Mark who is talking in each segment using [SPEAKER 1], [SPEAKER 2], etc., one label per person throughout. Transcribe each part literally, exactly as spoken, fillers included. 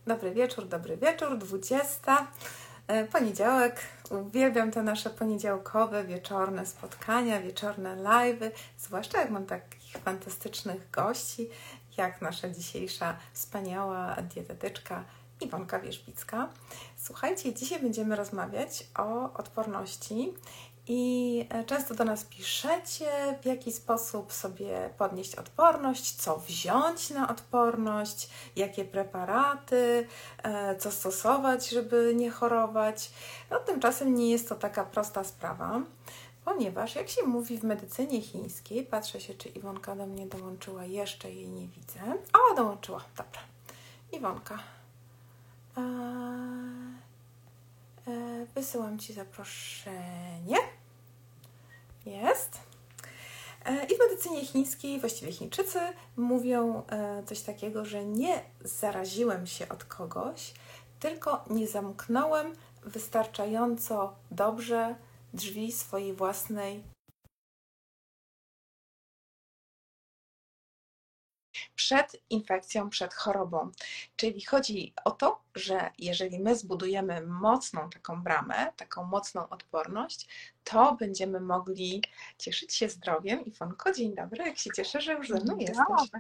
[SPEAKER 1] Dobry wieczór, dobry wieczór, dwudziesta, poniedziałek. Uwielbiam te nasze poniedziałkowe, wieczorne spotkania, wieczorne live'y, zwłaszcza jak mam takich fantastycznych gości, jak nasza dzisiejsza wspaniała dietetyczka Iwonka Wierzbicka. Słuchajcie, dzisiaj będziemy rozmawiać o odporności i często do nas piszecie, w jaki sposób sobie podnieść odporność, co wziąć na odporność, jakie preparaty, co stosować, żeby nie chorować. No, tymczasem nie jest to taka prosta sprawa, ponieważ jak się mówi w medycynie chińskiej, patrzę się, czy Iwonka do mnie dołączyła, jeszcze jej nie widzę. O, dołączyła, dobra. Iwonka, wysyłam Ci zaproszenie. Jest. I w medycynie chińskiej, właściwie Chińczycy, mówią coś takiego, że nie zaraziłem się od kogoś, tylko nie zamknąłem wystarczająco dobrze drzwi swojej własnej przed infekcją, przed chorobą. Czyli chodzi o to, że jeżeli my zbudujemy mocną taką bramę, taką mocną odporność, to będziemy mogli cieszyć się zdrowiem. Iwonko, dzień dobry, jak się cieszę, że już ze mną jesteś.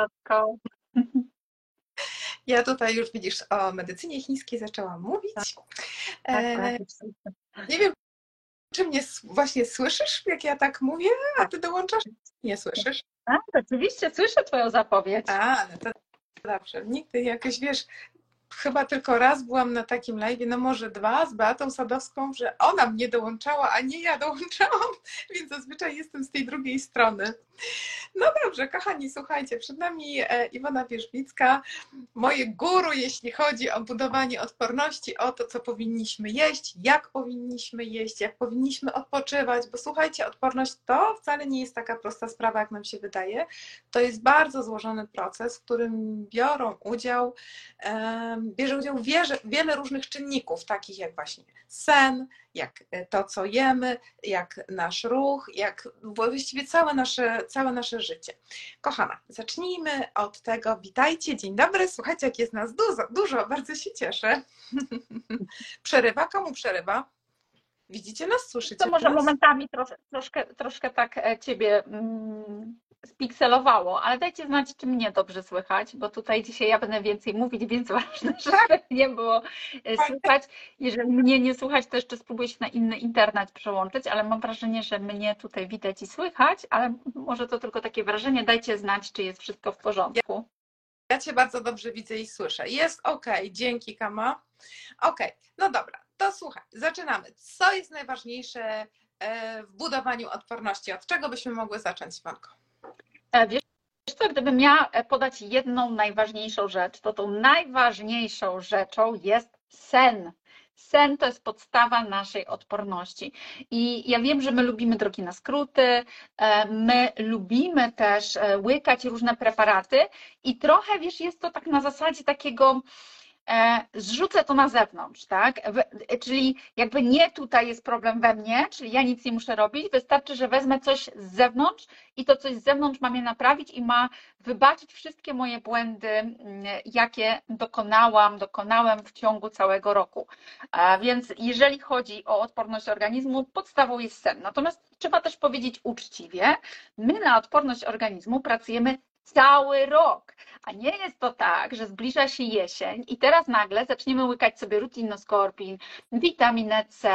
[SPEAKER 1] Ja tutaj już, widzisz, o medycynie chińskiej zaczęłam mówić.
[SPEAKER 2] Tak, tak.
[SPEAKER 1] Nie wiem, czy mnie właśnie słyszysz, jak ja tak mówię, a ty dołączasz? Nie słyszysz?
[SPEAKER 2] Tak, oczywiście słyszę Twoją zapowiedź.
[SPEAKER 1] A, no to dobrze. Nigdy jakoś, wiesz, chyba tylko raz byłam na takim live'ie, no może dwa, z Beatą Sadowską, że ona mnie dołączała, a nie ja dołączałam, więc zazwyczaj jestem z tej drugiej strony. No dobrze, kochani, słuchajcie, przed nami Iwona Wierzbicka, moje guru, jeśli chodzi o budowanie odporności, o to, co powinniśmy jeść, jak powinniśmy jeść, jak powinniśmy odpoczywać, bo słuchajcie, odporność to wcale nie jest taka prosta sprawa, jak nam się wydaje. To jest bardzo złożony proces, w którym biorą udział, bierze udział wiele różnych czynników, takich jak właśnie sen, jak to, co jemy, jak nasz ruch, jak właściwie całe nasze, całe nasze życie. Kochana, zacznijmy od tego. Witajcie, dzień dobry. Słuchajcie, jak jest nas dużo, dużo, bardzo się cieszę. Przerywa? Komu przerywa? Widzicie nas? Słyszycie
[SPEAKER 2] To może
[SPEAKER 1] nas?
[SPEAKER 2] momentami trosze, troszkę, troszkę tak Ciebie mm, spikselowało, ale dajcie znać, czy mnie dobrze słychać, bo tutaj dzisiaj ja będę więcej mówić, więc ważne, żeby nie było słychać. Jeżeli mnie nie słychać, to jeszcze spróbuję się na inny internet przełączyć, ale mam wrażenie, że mnie tutaj widać i słychać, ale może to tylko takie wrażenie. Dajcie znać, czy jest wszystko w porządku.
[SPEAKER 1] Ja Cię bardzo dobrze widzę i słyszę. Jest ok, dzięki Kama. Ok, no dobra, to słuchaj, zaczynamy. Co jest najważniejsze w budowaniu odporności? Od czego byśmy mogły zacząć, Iwonko?
[SPEAKER 2] Wiesz co, gdybym miała podać jedną najważniejszą rzecz, to tą najważniejszą rzeczą jest sen. Sen to jest podstawa naszej odporności. I ja wiem, że my lubimy drogi na skróty, my lubimy też łykać różne preparaty i trochę, wiesz, jest to tak na zasadzie takiego zrzucę to na zewnątrz, tak? Czyli jakby nie tutaj jest problem we mnie, czyli ja nic nie muszę robić, wystarczy, że wezmę coś z zewnątrz i to coś z zewnątrz ma mnie naprawić i ma wybaczyć wszystkie moje błędy, jakie dokonałam, dokonałem w ciągu całego roku. Więc jeżeli chodzi o odporność organizmu, podstawą jest sen. Natomiast trzeba też powiedzieć uczciwie, my na odporność organizmu pracujemy cały rok, a nie jest to tak, że zbliża się jesień i teraz nagle zaczniemy łykać sobie rutinoskorpin, witaminę C,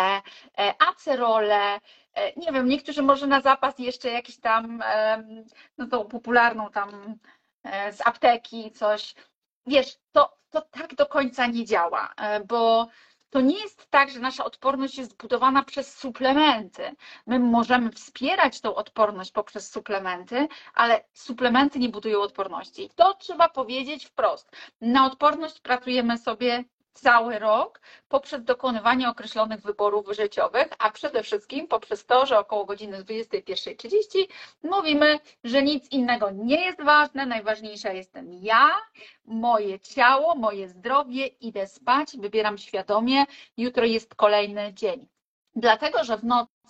[SPEAKER 2] acerolę, nie wiem, niektórzy może na zapas jeszcze jakiś tam, no tą popularną tam z apteki coś. Wiesz, to, to tak do końca nie działa, bo to nie jest tak, że nasza odporność jest zbudowana przez suplementy. My możemy wspierać tą odporność poprzez suplementy, ale suplementy nie budują odporności. To trzeba powiedzieć wprost. Na odporność pracujemy sobie cały rok poprzez dokonywanie określonych wyborów życiowych, a przede wszystkim poprzez to, że około godziny dwudziestej pierwszej trzydzieści mówimy, że nic innego nie jest ważne, najważniejsza jestem ja, moje ciało, moje zdrowie, idę spać, wybieram świadomie, jutro jest kolejny dzień. Dlatego, że w nocy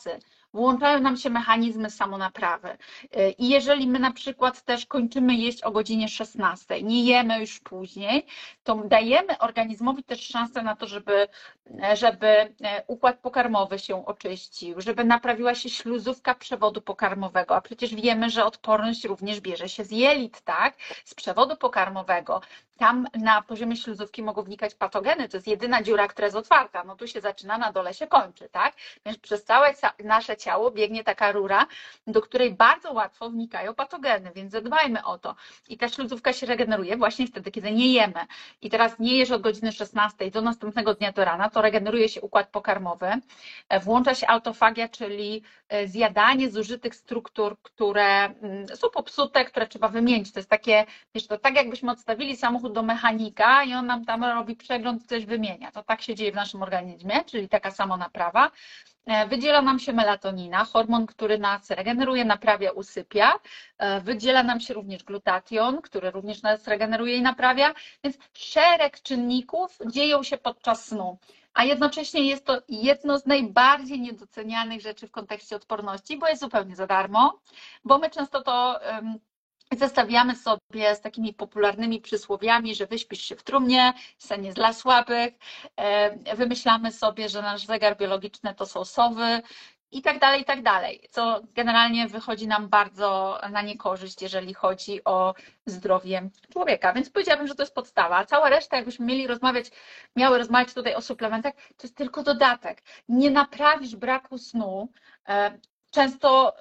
[SPEAKER 2] włączają nam się mechanizmy samonaprawy. I jeżeli my na przykład też kończymy jeść o godzinie szesnastej, nie jemy już później, to dajemy organizmowi też szansę na to, żeby, żeby układ pokarmowy się oczyścił, żeby naprawiła się śluzówka przewodu pokarmowego, a przecież wiemy, że odporność również bierze się z jelit, tak? Z przewodu pokarmowego. Tam na poziomie śluzówki mogą wnikać patogeny, to jest jedyna dziura, która jest otwarta, no tu się zaczyna, na dole się kończy, tak? Więc przez całe nasze ciało biegnie taka rura, do której bardzo łatwo wnikają patogeny, więc zadbajmy o to. I ta śluzówka się regeneruje właśnie wtedy, kiedy nie jemy. I teraz nie jesz od godziny szesnastej do następnego dnia do rana, to regeneruje się układ pokarmowy, włącza się autofagia, czyli zjadanie zużytych struktur, które są popsute, które trzeba wymienić. To jest takie, wiesz, to tak jakbyśmy odstawili samochód do mechanika i on nam tam robi przegląd, coś wymienia. To tak się dzieje w naszym organizmie, czyli taka samonaprawa. Wydziela nam się melatonina, hormon, który nas regeneruje, naprawia, usypia. Wydziela nam się również glutation, który również nas regeneruje i naprawia. Więc szereg czynników dzieją się podczas snu. A jednocześnie jest to jedno z najbardziej niedocenianych rzeczy w kontekście odporności, bo jest zupełnie za darmo, bo my często to zestawiamy sobie z takimi popularnymi przysłowiami, że wyśpisz się w trumnie, sen jest dla słabych, wymyślamy sobie, że nasz zegar biologiczny to są sowy i tak dalej, i tak dalej, co generalnie wychodzi nam bardzo na niekorzyść, jeżeli chodzi o zdrowie człowieka, więc powiedziałabym, że to jest podstawa, a cała reszta, jakbyśmy mieli rozmawiać, miały rozmawiać tutaj o suplementach, to jest tylko dodatek. Nie naprawisz braku snu, często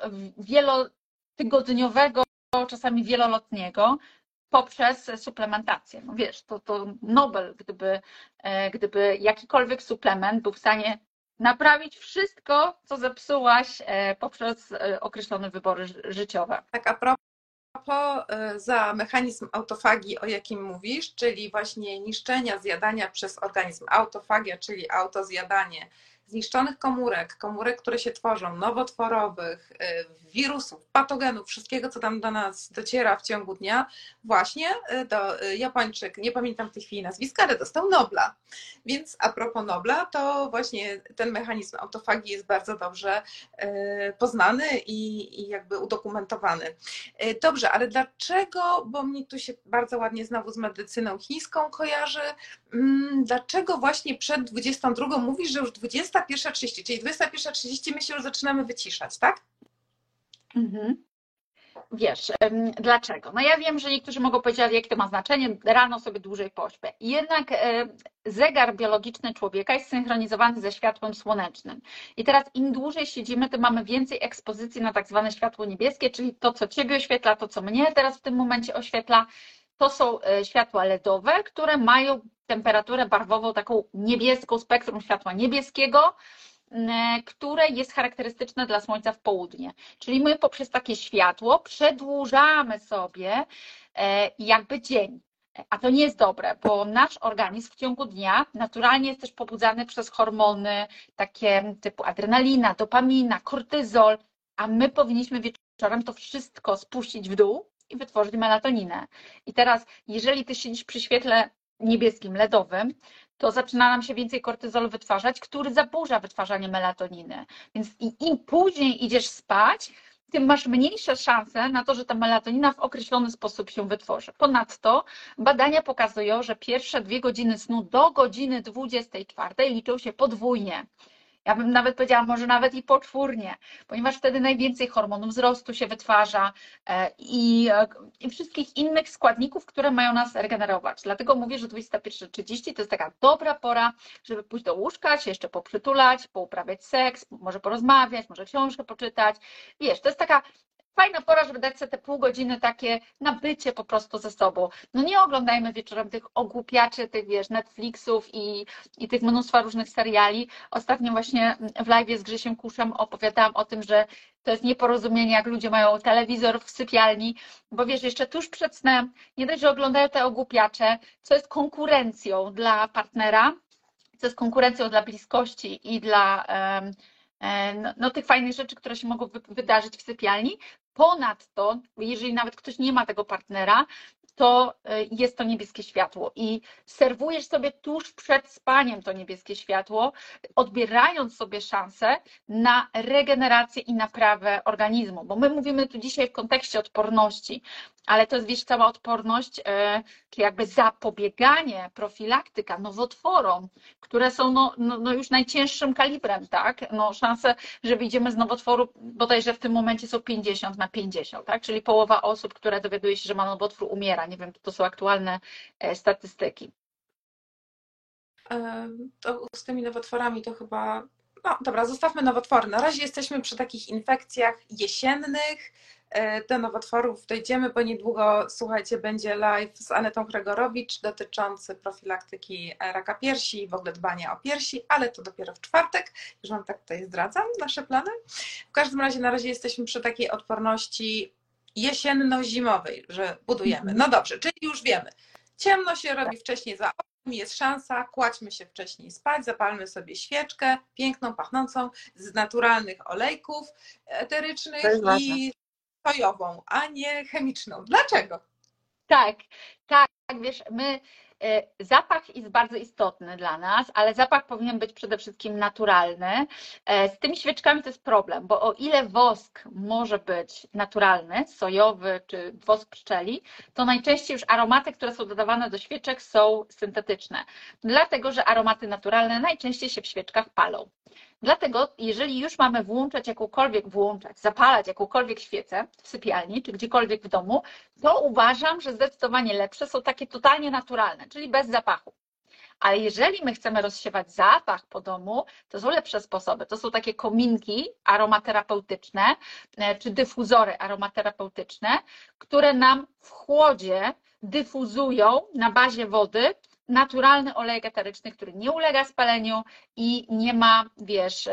[SPEAKER 2] wielotygodniowego, czasami wielolotniego, poprzez suplementację. No wiesz, to, to Nobel, gdyby, gdyby jakikolwiek suplement był w stanie naprawić wszystko, co zepsułaś poprzez określone wybory życiowe.
[SPEAKER 1] Tak, a propos za mechanizm autofagii, o jakim mówisz, czyli właśnie niszczenia, zjadania przez organizm, autofagia, czyli autozjadanie zniszczonych komórek, komórek, które się tworzą, nowotworowych, wirusów, patogenów, wszystkiego, co tam do nas dociera w ciągu dnia, właśnie do Japończyk, nie pamiętam w tej chwili nazwiska, ale dostał Nobla. Więc a propos Nobla, to właśnie ten mechanizm autofagii jest bardzo dobrze poznany i, i jakby udokumentowany. Dobrze, ale dlaczego, bo mnie tu się bardzo ładnie znowu z medycyną chińską kojarzy, dlaczego właśnie przed dwudziestą drugą mówisz, że już dwudziesta pierwsza trzydzieści, czyli dwudziesta pierwsza trzydzieści my się już zaczynamy wyciszać, tak?
[SPEAKER 2] Mhm. Wiesz, dlaczego? No ja wiem, że niektórzy mogą powiedzieć, jakie to ma znaczenie, rano sobie dłużej pośpię. Jednak zegar biologiczny człowieka jest synchronizowany ze światłem słonecznym. I teraz im dłużej siedzimy, tym mamy więcej ekspozycji na tak zwane światło niebieskie, czyli to, co ciebie oświetla, to, co mnie teraz w tym momencie oświetla. To są światła ledowe, które mają temperaturę barwową taką niebieską, spektrum światła niebieskiego, które jest charakterystyczne dla Słońca w południe. Czyli my poprzez takie światło przedłużamy sobie jakby dzień. A to nie jest dobre, bo nasz organizm w ciągu dnia naturalnie jest też pobudzany przez hormony takie typu adrenalina, dopamina, kortyzol, a my powinniśmy wieczorem to wszystko spuścić w dół i wytworzyć melatoninę. I teraz, jeżeli ty siedzisz przy świetle niebieskim, ledowym, to zaczyna nam się więcej kortyzolu wytwarzać, który zaburza wytwarzanie melatoniny. Więc im później idziesz spać, tym masz mniejsze szanse na to, że ta melatonina w określony sposób się wytworzy. Ponadto badania pokazują, że pierwsze dwie godziny snu do godziny dwudziestej czwartej liczą się podwójnie. Ja bym nawet powiedziała, może nawet i poczwórnie, ponieważ wtedy najwięcej hormonów wzrostu się wytwarza i, i wszystkich innych składników, które mają nas regenerować. Dlatego mówię, że dwudziesta pierwsza trzydzieści to jest taka dobra pora, żeby pójść do łóżka, się jeszcze poprzytulać, pouprawiać seks, może porozmawiać, może książkę poczytać. Wiesz, to jest taka fajna pora, żeby dać sobie te pół godziny takie na bycie po prostu ze sobą. No nie oglądajmy wieczorem tych ogłupiaczy, tych wiesz, Netflixów i, i tych mnóstwa różnych seriali. Ostatnio właśnie w live'ie z Grzesiem Kuszem opowiadałam o tym, że to jest nieporozumienie, jak ludzie mają telewizor w sypialni, bo wiesz, jeszcze tuż przed snem nie dość, że oglądają te ogłupiacze, co jest konkurencją dla partnera, co jest konkurencją dla bliskości i dla no, no, tych fajnych rzeczy, które się mogą wydarzyć w sypialni. Ponadto, jeżeli nawet ktoś nie ma tego partnera, to jest to niebieskie światło i serwujesz sobie tuż przed spaniem to niebieskie światło, odbierając sobie szansę na regenerację i naprawę organizmu, bo my mówimy tu dzisiaj w kontekście odporności, ale to jest, wiesz, cała odporność, czy jakby zapobieganie, profilaktyka nowotworom, które są no, no, no już najcięższym kalibrem, tak? No, szanse, że wyjdziemy z nowotworu bodajże w tym momencie są pięćdziesiąt na pięćdziesiąt, tak? Czyli połowa osób, które dowiaduje się, że ma nowotwór, umiera. Nie wiem, czy to są aktualne statystyki.
[SPEAKER 1] To z tymi nowotworami to chyba... No dobra, zostawmy nowotwory. Na razie jesteśmy przy takich infekcjach jesiennych. Do nowotworów dojdziemy, bo niedługo, słuchajcie, będzie live z Anetą Gregorowicz dotyczący profilaktyki raka piersi i w ogóle dbania o piersi, ale to dopiero w czwartek. Już wam tak tutaj zdradzam nasze plany. W każdym razie na razie jesteśmy przy takiej odporności jesienno-zimowej, że budujemy. No dobrze, czyli już wiemy. Ciemno się robi wcześniej za oknem, jest szansa, kładźmy się wcześniej spać, zapalmy sobie świeczkę piękną, pachnącą z naturalnych olejków eterycznych i sojową, a nie chemiczną. Dlaczego?
[SPEAKER 2] Tak, tak, wiesz, my zapach jest bardzo istotny dla nas, ale zapach powinien być przede wszystkim naturalny. Z tymi świeczkami to jest problem, bo o ile wosk może być naturalny, sojowy czy wosk pszczeli, to najczęściej już aromaty, które są dodawane do świeczek, są syntetyczne, dlatego że aromaty naturalne najczęściej się w świeczkach palą. Dlatego, jeżeli już mamy włączać jakąkolwiek, włączać, zapalać jakąkolwiek świecę w sypialni, czy gdziekolwiek w domu, to uważam, że zdecydowanie lepsze są takie totalnie naturalne, czyli bez zapachu. Ale jeżeli my chcemy rozsiewać zapach po domu, to są lepsze sposoby. To są takie kominki aromaterapeutyczne, czy dyfuzory aromaterapeutyczne, które nam w chłodzie dyfuzują na bazie wody naturalny olejek eteryczny, który nie ulega spaleniu i nie ma, wiesz,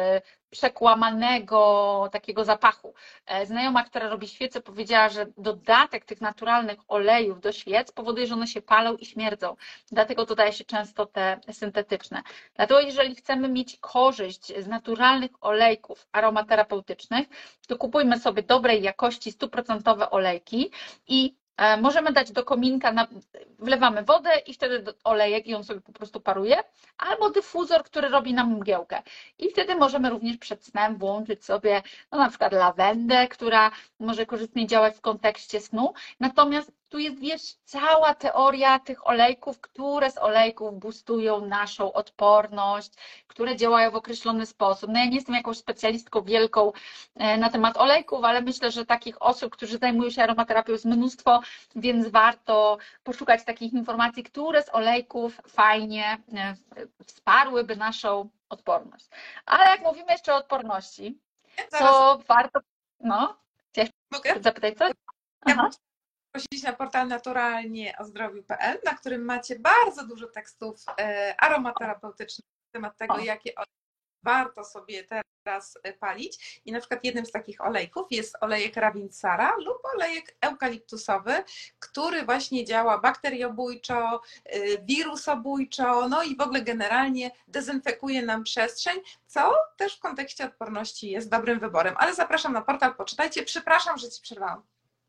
[SPEAKER 2] przekłamanego takiego zapachu. Znajoma, która robi świece, powiedziała, że dodatek tych naturalnych olejów do świec powoduje, że one się palą i śmierdzą. Dlatego dodaje się często te syntetyczne. Dlatego jeżeli chcemy mieć korzyść z naturalnych olejków aromaterapeutycznych, to kupujmy sobie dobrej jakości stuprocentowe olejki i możemy dać do kominka, na, wlewamy wodę i wtedy olejek i on sobie po prostu paruje, albo dyfuzor, który robi nam mgiełkę. I wtedy możemy również przed snem włączyć sobie no, na przykład lawendę, która może korzystnie działać w kontekście snu. Natomiast tu jest, wiesz, cała teoria tych olejków, które z olejków boostują naszą odporność, które działają w określony sposób. No ja nie jestem jakąś specjalistką wielką na temat olejków, ale myślę, że takich osób, którzy zajmują się aromaterapią jest mnóstwo, więc warto poszukać takich informacji, które z olejków fajnie wsparłyby naszą odporność. Ale jak mówimy jeszcze o odporności, to Zaraz. warto... No, chciałaś
[SPEAKER 1] Mogę?
[SPEAKER 2] zapytać coś?
[SPEAKER 1] Aha. Prosić na portal naturalnie o zdrowiu kropka p l, na którym macie bardzo dużo tekstów aromaterapeutycznych na temat tego, o. jakie warto sobie teraz palić. I na przykład jednym z takich olejków jest olejek Ravinsara lub olejek eukaliptusowy, który właśnie działa bakteriobójczo, wirusobójczo, no i w ogóle generalnie dezynfekuje nam przestrzeń, co też w kontekście odporności jest dobrym wyborem. Ale zapraszam na portal, poczytajcie. Przepraszam, że Ci przerwałam.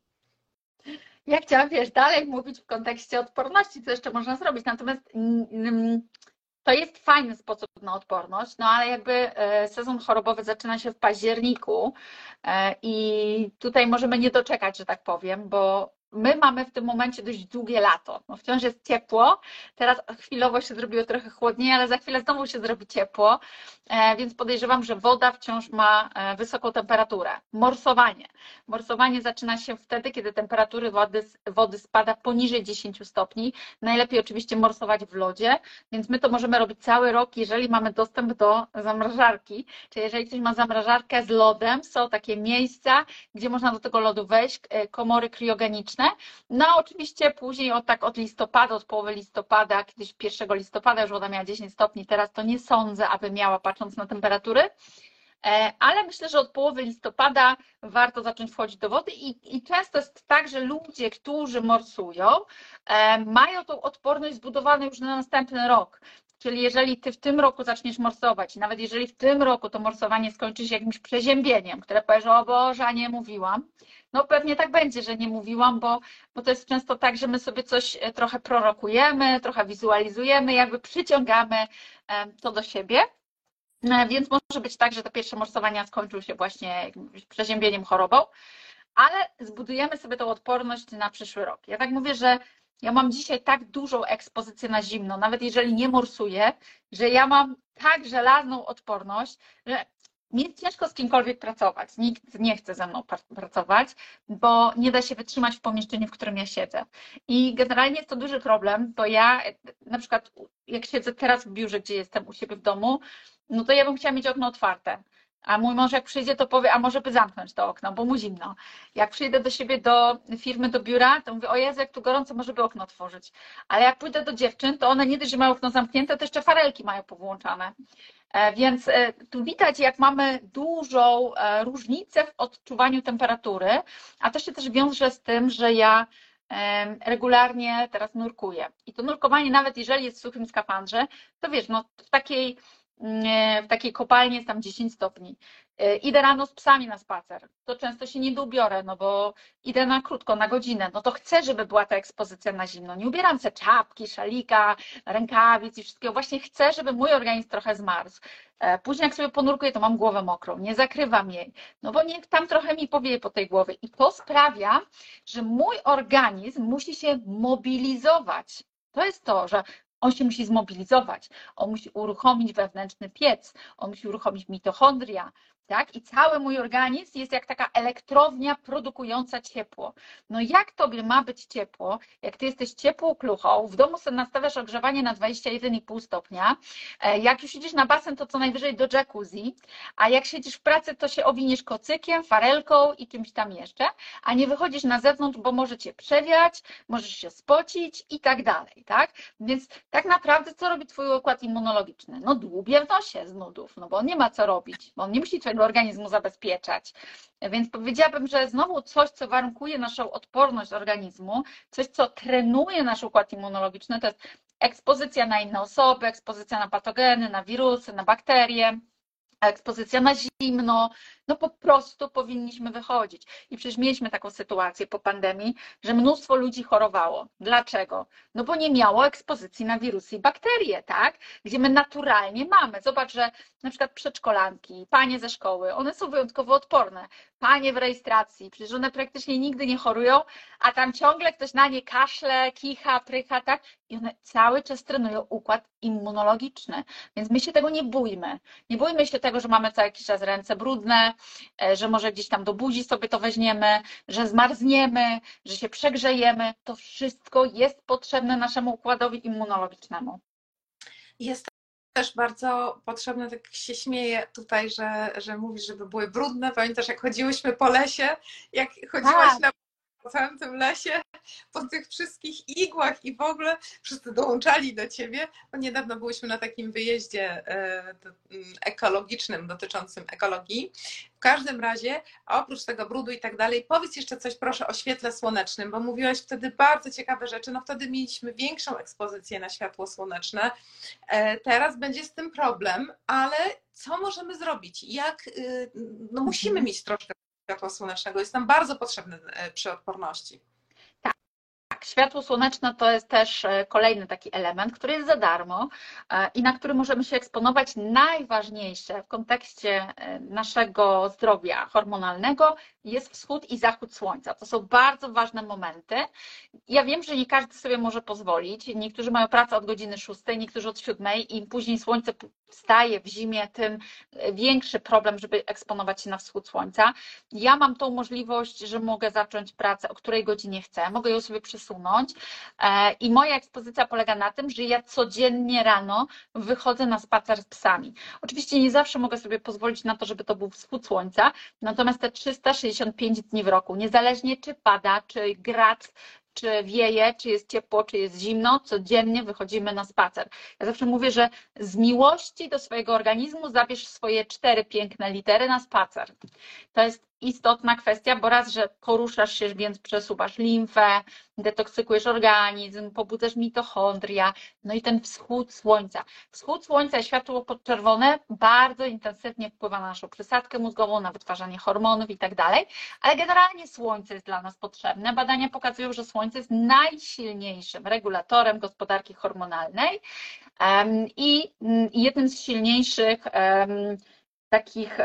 [SPEAKER 2] Ja chciałam, wiesz, dalej mówić w kontekście odporności, co jeszcze można zrobić, natomiast to jest fajny sposób na odporność, no ale jakby sezon chorobowy zaczyna się w październiku i tutaj możemy nie doczekać, że tak powiem, bo my mamy w tym momencie dość długie lato. No wciąż jest ciepło, teraz chwilowo się zrobiło trochę chłodniej, ale za chwilę znowu się zrobi ciepło, więc podejrzewam, że woda wciąż ma wysoką temperaturę. Morsowanie. Morsowanie zaczyna się wtedy, kiedy temperatura wody, wody spada poniżej dziesięciu stopni. Najlepiej oczywiście morsować w lodzie, więc my to możemy robić cały rok, jeżeli mamy dostęp do zamrażarki. Czyli jeżeli ktoś ma zamrażarkę z lodem, są takie miejsca, gdzie można do tego lodu wejść, komory kriogeniczne. No oczywiście później od, tak od listopada, od połowy listopada, kiedyś pierwszego listopada już woda miała dziesięć stopni, teraz to nie sądzę, aby miała, patrząc na temperatury, ale myślę, że od połowy listopada warto zacząć wchodzić do wody i, i często jest tak, że ludzie, którzy morsują, mają tą odporność zbudowaną już na następny rok. Czyli jeżeli Ty w tym roku zaczniesz morsować, nawet jeżeli w tym roku to morsowanie skończy się jakimś przeziębieniem, które powiesz, o Boże, a nie mówiłam, No pewnie tak będzie, że nie mówiłam, bo, bo to jest często tak, że my sobie coś trochę prorokujemy, trochę wizualizujemy, jakby przyciągamy to do siebie. Więc może być tak, że te pierwsze morsowania skończą się właśnie jakimś przeziębieniem, chorobą, ale zbudujemy sobie tą odporność na przyszły rok. Ja tak mówię, że ja mam dzisiaj tak dużą ekspozycję na zimno, nawet jeżeli nie morsuję, że ja mam tak żelazną odporność, że mi jest ciężko z kimkolwiek pracować. Nikt nie chce ze mną pracować, bo nie da się wytrzymać w pomieszczeniu, w którym ja siedzę. I generalnie jest to duży problem, bo ja na przykład jak siedzę teraz w biurze, gdzie jestem u siebie w domu, no to ja bym chciała mieć okno otwarte. A mój mąż jak przyjdzie, to powie, a może by zamknąć to okno, bo mu zimno. Jak przyjdę do siebie, do firmy, do biura, to mówię, o Jezu, jak tu gorąco, może by okno otworzyć. Ale jak pójdę do dziewczyn, to one nie dość, że mają okno zamknięte, to jeszcze farelki mają powłączane. Więc tu widać, jak mamy dużą różnicę w odczuwaniu temperatury, a to się też wiąże z tym, że ja regularnie teraz nurkuję. I to nurkowanie, nawet jeżeli jest w suchym skafandrze, to wiesz, no w takiej w takiej kopalni jest tam dziesięć stopni. Idę rano z psami na spacer, to często się nie ubiorę, no bo idę na krótko, na godzinę, no to chcę, żeby była ta ekspozycja na zimno. Nie ubieram sobie czapki, szalika, rękawic i wszystkiego. Właśnie chcę, żeby mój organizm trochę zmarzł. Później jak sobie ponurkuję, to mam głowę mokrą, nie zakrywam jej, no bo niech tam trochę mi powieje po tej głowie. I to sprawia, że mój organizm musi się mobilizować. To jest to, że on się musi zmobilizować, on musi uruchomić wewnętrzny piec, on musi uruchomić mitochondria, tak? I cały mój organizm jest jak taka elektrownia produkująca ciepło. No jak tobie ma być ciepło, jak ty jesteś ciepłą kluchą, w domu sobie nastawiasz ogrzewanie na dwadzieścia jeden i pół stopnia, jak już idziesz na basen, to co najwyżej do jacuzzi, a jak siedzisz w pracy, to się owiniesz kocykiem, farelką i czymś tam jeszcze, a nie wychodzisz na zewnątrz, bo może cię przewiać, możesz się spocić i tak dalej, tak? Więc tak naprawdę co robi twój układ immunologiczny? No dłubie w nosie z nudów, no bo on nie ma co robić, bo on nie musi twojego organizmu zabezpieczać. Więc powiedziałabym, że znowu coś, co warunkuje naszą odporność organizmu, coś, co trenuje nasz układ immunologiczny, to jest ekspozycja na inne osoby, ekspozycja na patogeny, na wirusy, na bakterie, ekspozycja na zimno, no po prostu powinniśmy wychodzić. I przecież mieliśmy taką sytuację po pandemii, że mnóstwo ludzi chorowało. Dlaczego? No bo nie miało ekspozycji na wirusy i bakterie, tak? Gdzie my naturalnie mamy. Zobacz, że na przykład przedszkolanki, panie ze szkoły, one są wyjątkowo odporne. Panie w rejestracji, przecież one praktycznie nigdy nie chorują, a tam ciągle ktoś na nie kaszle, kicha, prycha, tak? I one cały czas trenują układ immunologiczny. Więc my się tego nie bójmy. Nie bójmy się tego, że mamy co jakiś czas ręce brudne, że może gdzieś tam do buzi sobie to weźmiemy, że zmarzniemy, że się przegrzejemy. To wszystko jest potrzebne naszemu układowi immunologicznemu.
[SPEAKER 1] Jest też bardzo potrzebne, tak się śmieję tutaj, że, że mówisz, żeby były brudne. Pamiętasz, jak chodziłyśmy po lesie, jak chodziłaś
[SPEAKER 2] Tak.
[SPEAKER 1] na po całym tym lesie, po tych wszystkich igłach i w ogóle wszyscy dołączali do ciebie. Bo niedawno byliśmy na takim wyjeździe ekologicznym dotyczącym ekologii. W każdym razie, oprócz tego brudu i tak dalej, powiedz jeszcze coś proszę o świetle słonecznym, bo mówiłaś wtedy bardzo ciekawe rzeczy. No wtedy mieliśmy większą ekspozycję na światło słoneczne. Teraz będzie z tym problem, ale co możemy zrobić? Jak, no musimy mieć troszkę światła słonecznego, jest nam bardzo potrzebne przy odporności.
[SPEAKER 2] Tak, światło słoneczne to jest też kolejny taki element, który jest za darmo i na który możemy się eksponować. Najważniejsze w kontekście naszego zdrowia hormonalnego jest wschód i zachód słońca. To są bardzo ważne momenty. Ja wiem, że nie każdy sobie może pozwolić. Niektórzy mają pracę od godziny szóstej, niektórzy od siódmej i im później słońce wstaje w zimie, tym większy problem, żeby eksponować się na wschód słońca. Ja mam tą możliwość, że mogę zacząć pracę o której godzinie chcę, mogę ją sobie przesunąć i moja ekspozycja polega na tym, że ja codziennie rano wychodzę na spacer z psami. Oczywiście nie zawsze mogę sobie pozwolić na to, żeby to był wschód słońca, natomiast te trzysta sześćdziesiąt pięć dni w roku, niezależnie czy pada, czy grad, czy wieje, czy jest ciepło, czy jest zimno, codziennie wychodzimy na spacer. Ja zawsze mówię, że z miłości do swojego organizmu zabierz swoje cztery piękne litery na spacer. To jest istotna kwestia, bo raz, że poruszasz się, więc przesuwasz limfę, detoksykujesz organizm, pobudzasz mitochondria, no i ten wschód słońca. Wschód słońca i światło podczerwone bardzo intensywnie wpływa na naszą przysadkę mózgową, na wytwarzanie hormonów i tak dalej, ale generalnie słońce jest dla nas potrzebne. Badania pokazują, że słońce jest najsilniejszym regulatorem gospodarki hormonalnej i jednym z silniejszych takich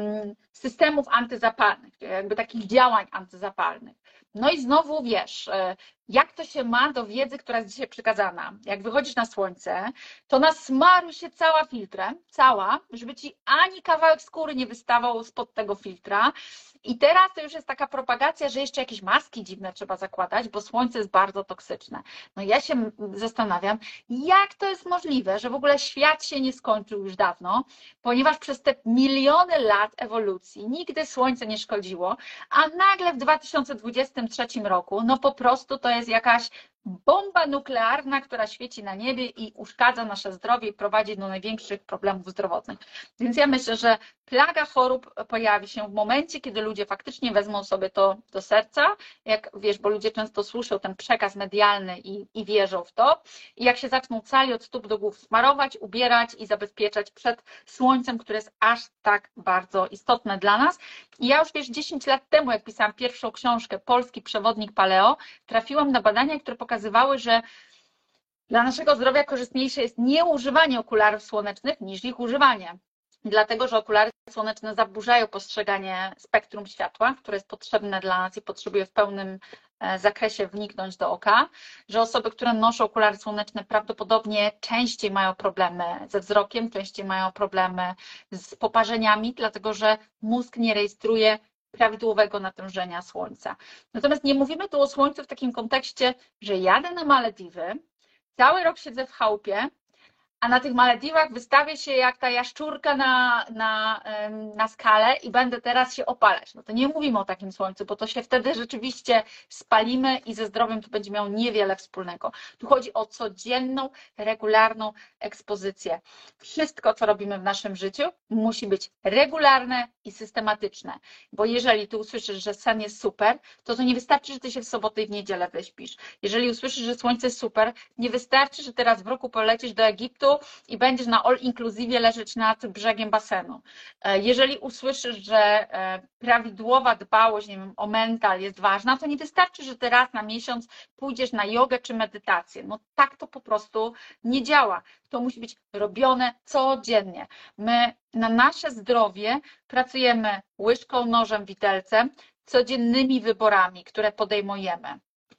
[SPEAKER 2] systemów antyzapalnych, jakby takich działań antyzapalnych. No i znowu wiesz, jak to się ma do wiedzy, która jest dzisiaj przekazana. Jak wychodzisz na słońce, to nasmaruj się cała filtrem, cała, żeby ci ani kawałek skóry nie wystawał spod tego filtra. I teraz to już jest taka propagacja, że jeszcze jakieś maski dziwne trzeba zakładać, bo słońce jest bardzo toksyczne. No ja się zastanawiam, jak to jest możliwe, że w ogóle świat się nie skończył już dawno, ponieważ przez te miliony lat ewolucji nigdy słońce nie szkodziło, a nagle w dwa tysiące dwudziestym trzecim roku, no po prostu to jest jakaś bomba nuklearna, która świeci na niebie i uszkadza nasze zdrowie i prowadzi do największych problemów zdrowotnych. Więc ja myślę, że plaga chorób pojawi się w momencie, kiedy ludzie faktycznie wezmą sobie to do serca, jak wiesz, bo ludzie często słyszą ten przekaz medialny i, i wierzą w to, i jak się zaczną cali od stóp do głów smarować, ubierać i zabezpieczać przed słońcem, które jest aż tak bardzo istotne dla nas. I ja już wiesz, dziesięć lat temu, jak pisałam pierwszą książkę Polski Przewodnik Paleo, trafiłam na badania, które pokazywały, że dla naszego zdrowia korzystniejsze jest nie używanie okularów słonecznych niż ich używanie. Dlatego, że okulary słoneczne zaburzają postrzeganie spektrum światła, które jest potrzebne dla nas i potrzebuje w pełnym zakresie wniknąć do oka, że osoby, które noszą okulary słoneczne, prawdopodobnie częściej mają problemy ze wzrokiem, częściej mają problemy z poparzeniami, dlatego że mózg nie rejestruje prawidłowego natężenia słońca. Natomiast nie mówimy tu o słońcu w takim kontekście, że jadę na Malediwy, cały rok siedzę w chałupie, a na tych Malediwach wystawię się jak ta jaszczurka na, na, na skalę i będę teraz się opalać. No to nie mówimy o takim słońcu, bo to się wtedy rzeczywiście spalimy i ze zdrowiem to będzie miało niewiele wspólnego. Tu chodzi o codzienną, regularną ekspozycję. Wszystko, co robimy w naszym życiu, musi być regularne i systematyczne, bo jeżeli ty usłyszysz, że sen jest super, to to nie wystarczy, że ty się w sobotę i w niedzielę wyśpisz. Jeżeli usłyszysz, że słońce jest super, nie wystarczy, że teraz w roku polecisz do Egiptu i będziesz na all inclusive leżeć nad brzegiem basenu. Jeżeli usłyszysz, że prawidłowa dbałość, nie wiem, o mental jest ważna, to nie wystarczy, że ty raz na miesiąc pójdziesz na jogę czy medytację. No tak to po prostu nie działa. To musi być robione codziennie. My na nasze zdrowie pracujemy łyżką, nożem, widelcem, codziennymi wyborami, które podejmujemy.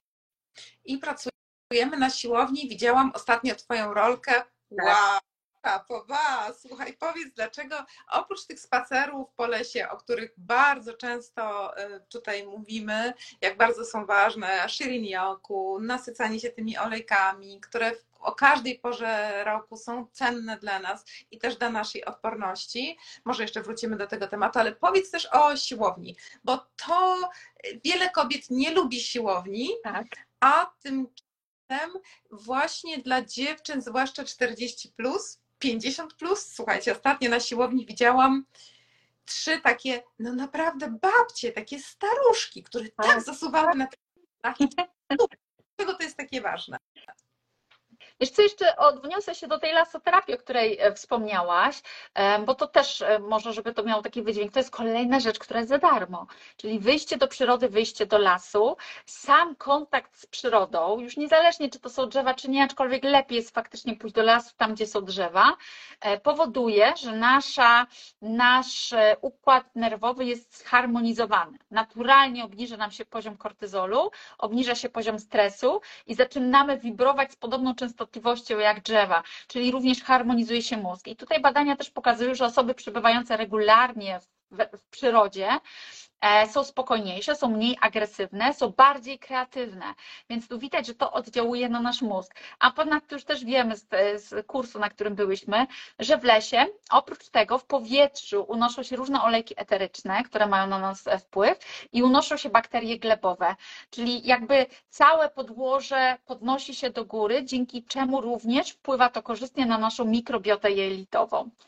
[SPEAKER 1] I pracujemy na siłowni. Widziałam ostatnio twoją rolkę. Wow, kapowa. Słuchaj, powiedz, dlaczego oprócz tych spacerów po lesie, o których bardzo często tutaj mówimy, jak bardzo są ważne, shirin-yoku, nasycanie się tymi olejkami, które o każdej porze roku są cenne dla nas i też dla naszej odporności. Może jeszcze wrócimy do tego tematu, ale powiedz też o siłowni, bo to wiele kobiet nie lubi siłowni,
[SPEAKER 2] tak.
[SPEAKER 1] A tymczasem właśnie dla dziewczyn, zwłaszcza czterdzieści plus, pięćdziesiąt plus, słuchajcie, ostatnio na siłowni widziałam trzy takie, no naprawdę babcie, takie staruszki, które tak zasuwały na tych. Dlaczego to jest takie ważne?
[SPEAKER 2] Wiesz co, jeszcze odniosę się do tej lasoterapii, o której wspomniałaś, bo to też może, żeby to miało taki wydźwięk, to jest kolejna rzecz, która jest za darmo, czyli wyjście do przyrody, wyjście do lasu, sam kontakt z przyrodą, już niezależnie czy to są drzewa, czy nie, aczkolwiek lepiej jest faktycznie pójść do lasu, tam gdzie są drzewa, powoduje, że nasza, nasz układ nerwowy jest zharmonizowany. Naturalnie obniża nam się poziom kortyzolu, obniża się poziom stresu i zaczynamy wibrować z podobną częstotliwością jak drzewa, czyli również harmonizuje się mózg. I tutaj badania też pokazują, że osoby przebywające regularnie w, w przyrodzie są spokojniejsze, są mniej agresywne, są bardziej kreatywne, więc tu widać, że to oddziałuje na nasz mózg. A ponadto już też wiemy z, z kursu, na którym byłyśmy, że w lesie, oprócz tego w powietrzu unoszą się różne olejki eteryczne, które mają na nas wpływ i unoszą się bakterie glebowe, czyli jakby całe podłoże podnosi się do góry, dzięki czemu również wpływa to korzystnie na naszą mikrobiotę jelitową.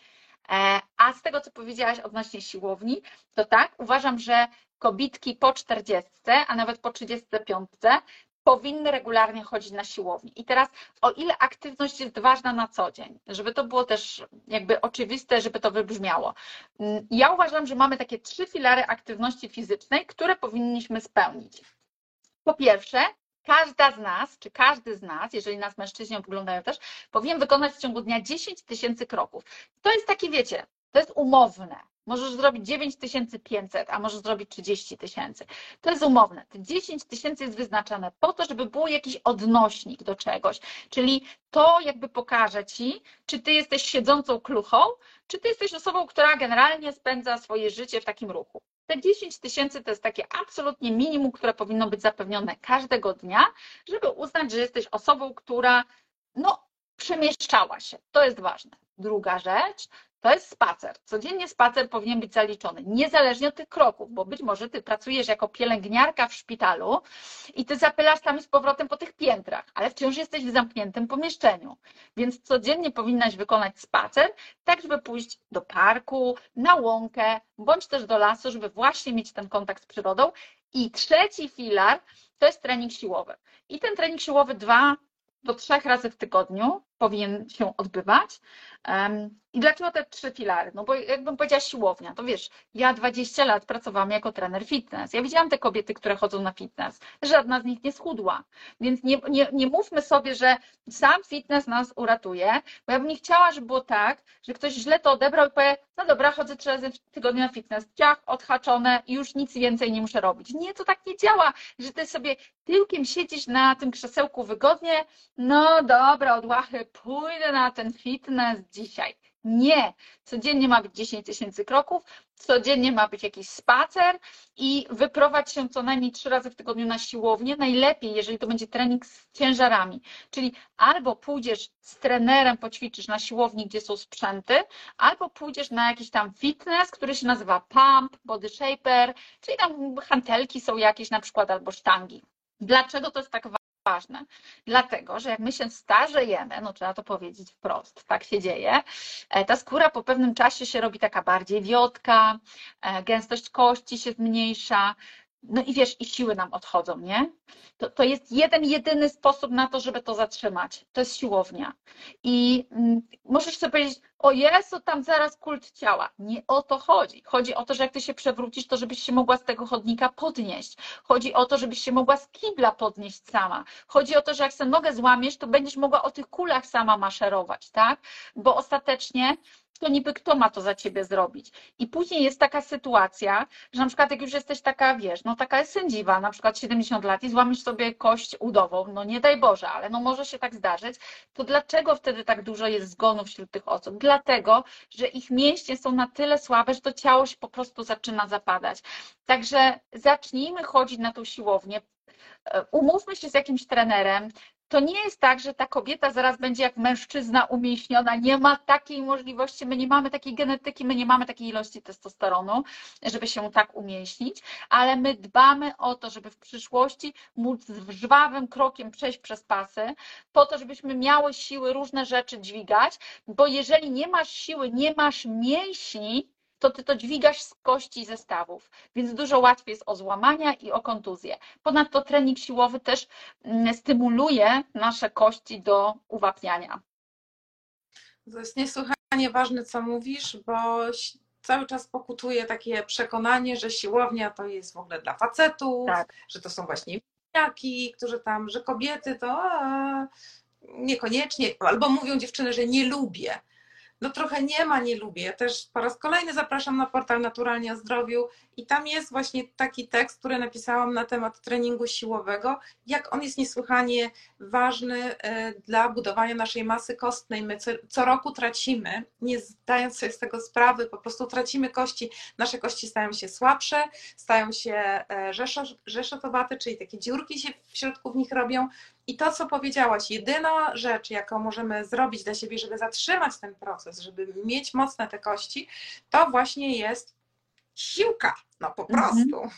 [SPEAKER 2] A z tego, co powiedziałaś odnośnie siłowni, to tak, uważam, że kobietki po czterdziestce, a nawet po trzydziestce piątce powinny regularnie chodzić na siłownię. I teraz, o ile aktywność jest ważna na co dzień, żeby to było też jakby oczywiste, żeby to wybrzmiało. Ja uważam, że mamy takie trzy filary aktywności fizycznej, które powinniśmy spełnić. Po pierwsze, każda z nas, czy każdy z nas, jeżeli nas mężczyźni oglądają też, powinien wykonać w ciągu dnia dziesięć tysięcy kroków. To jest takie, wiecie, to jest umowne. Możesz zrobić dziewięć tysięcy pięćset, a możesz zrobić trzydzieści tysięcy. To jest umowne. Te dziesięć tysięcy jest wyznaczane po to, żeby był jakiś odnośnik do czegoś. Czyli to jakby pokaże Ci, czy Ty jesteś siedzącą kluchą, czy Ty jesteś osobą, która generalnie spędza swoje życie w takim ruchu. Te dziesięć tysięcy to jest takie absolutnie minimum, które powinno być zapewnione każdego dnia, żeby uznać, że jesteś osobą, która no, przemieszczała się. To jest ważne. Druga rzecz to jest spacer. Codziennie spacer powinien być zaliczony, niezależnie od tych kroków, bo być może Ty pracujesz jako pielęgniarka w szpitalu i Ty zapylasz tam z powrotem po tych piętrach, ale wciąż jesteś w zamkniętym pomieszczeniu. Więc codziennie powinnaś wykonać spacer, tak żeby pójść do parku, na łąkę, bądź też do lasu, żeby właśnie mieć ten kontakt z przyrodą. I trzeci filar to jest trening siłowy. I ten trening siłowy dwa do trzech razy w tygodniu powinien się odbywać. I dlaczego te trzy filary? No bo jakbym powiedziała siłownia, to wiesz, ja dwadzieścia lat pracowałam jako trener fitness. Ja widziałam te kobiety, które chodzą na fitness. Żadna z nich nie schudła. Więc nie, nie, nie mówmy sobie, że sam fitness nas uratuje, bo ja bym nie chciała, żeby było tak, że ktoś źle to odebrał i powie, no dobra, chodzę trzy razy w tygodniu na fitness, ciach, odhaczone i już nic więcej nie muszę robić. Nie, to tak nie działa, że ty sobie tyłkiem siedzisz na tym krzesełku wygodnie, no dobra, odłachy, pójdę na ten fitness dzisiaj. Nie, codziennie ma być dziesięć tysięcy kroków, codziennie ma być jakiś spacer i wyprowadź się co najmniej trzy razy w tygodniu na siłownię, najlepiej, jeżeli to będzie trening z ciężarami, czyli albo pójdziesz z trenerem, poćwiczysz na siłowni, gdzie są sprzęty, albo pójdziesz na jakiś tam fitness, który się nazywa pump, body shaper, czyli tam hantelki są jakieś na przykład, albo sztangi. Dlaczego to jest tak ważne? Dlatego, że jak my się starzejemy, no trzeba to powiedzieć wprost, tak się dzieje, ta skóra po pewnym czasie się robi taka bardziej wiotka, gęstość kości się zmniejsza, no i wiesz, i siły nam odchodzą, nie? To, to jest jeden, jedyny sposób na to, żeby to zatrzymać. To jest siłownia. I mm, możesz sobie powiedzieć, o Jezu, tam zaraz kult ciała. Nie o to chodzi. Chodzi o to, że jak ty się przewrócisz, to żebyś się mogła z tego chodnika podnieść. Chodzi o to, żebyś się mogła z kibla podnieść sama. Chodzi o to, że jak sobie nogę złamiesz, to będziesz mogła o tych kulach sama maszerować, tak? Bo ostatecznie to niby kto ma to za ciebie zrobić. I później jest taka sytuacja, że na przykład jak już jesteś taka, wiesz, no taka jest sędziwa, na przykład siedemdziesiąt lat i złamiesz sobie kość udową, no nie daj Boże, ale no może się tak zdarzyć, to dlaczego wtedy tak dużo jest zgonów wśród tych osób? Dlatego, że ich mięśnie są na tyle słabe, że to ciało się po prostu zaczyna zapadać. Także zacznijmy chodzić na tą siłownię, umówmy się z jakimś trenerem. To nie jest tak, że ta kobieta zaraz będzie jak mężczyzna umięśniona. Nie ma takiej możliwości, my nie mamy takiej genetyki, my nie mamy takiej ilości testosteronu, żeby się tak umięśnić, ale my dbamy o to, żeby w przyszłości móc żwawym krokiem przejść przez pasy, po to, żebyśmy miały siły różne rzeczy dźwigać, bo jeżeli nie masz siły, nie masz mięśni, to ty to dźwigasz z kości i ze stawów, więc dużo łatwiej jest o złamania i o kontuzje. Ponadto trening siłowy też stymuluje nasze kości do uwapniania.
[SPEAKER 1] To jest niesłychanie ważne, co mówisz, bo cały czas pokutuje takie przekonanie, że siłownia to jest w ogóle dla facetów, tak, że to są właśnie winiaki, którzy tam, że kobiety to a, niekoniecznie, albo mówią dziewczyny, że nie lubię. No trochę nie ma, nie lubię. Ja też po raz kolejny zapraszam na portal Naturalnie o Zdrowiu i tam jest właśnie taki tekst, który napisałam na temat treningu siłowego, jak on jest niesłychanie ważny dla budowania naszej masy kostnej. My co, co roku tracimy, nie zdając sobie z tego sprawy, po prostu tracimy kości, nasze kości stają się słabsze, stają się rzeszotowate, czyli takie dziurki się w środku w nich robią. I to, co powiedziałaś, jedyna rzecz, jaką możemy zrobić dla siebie, żeby zatrzymać ten proces, żeby mieć mocne te kości, to właśnie jest siłka. No po prostu. Mm-hmm.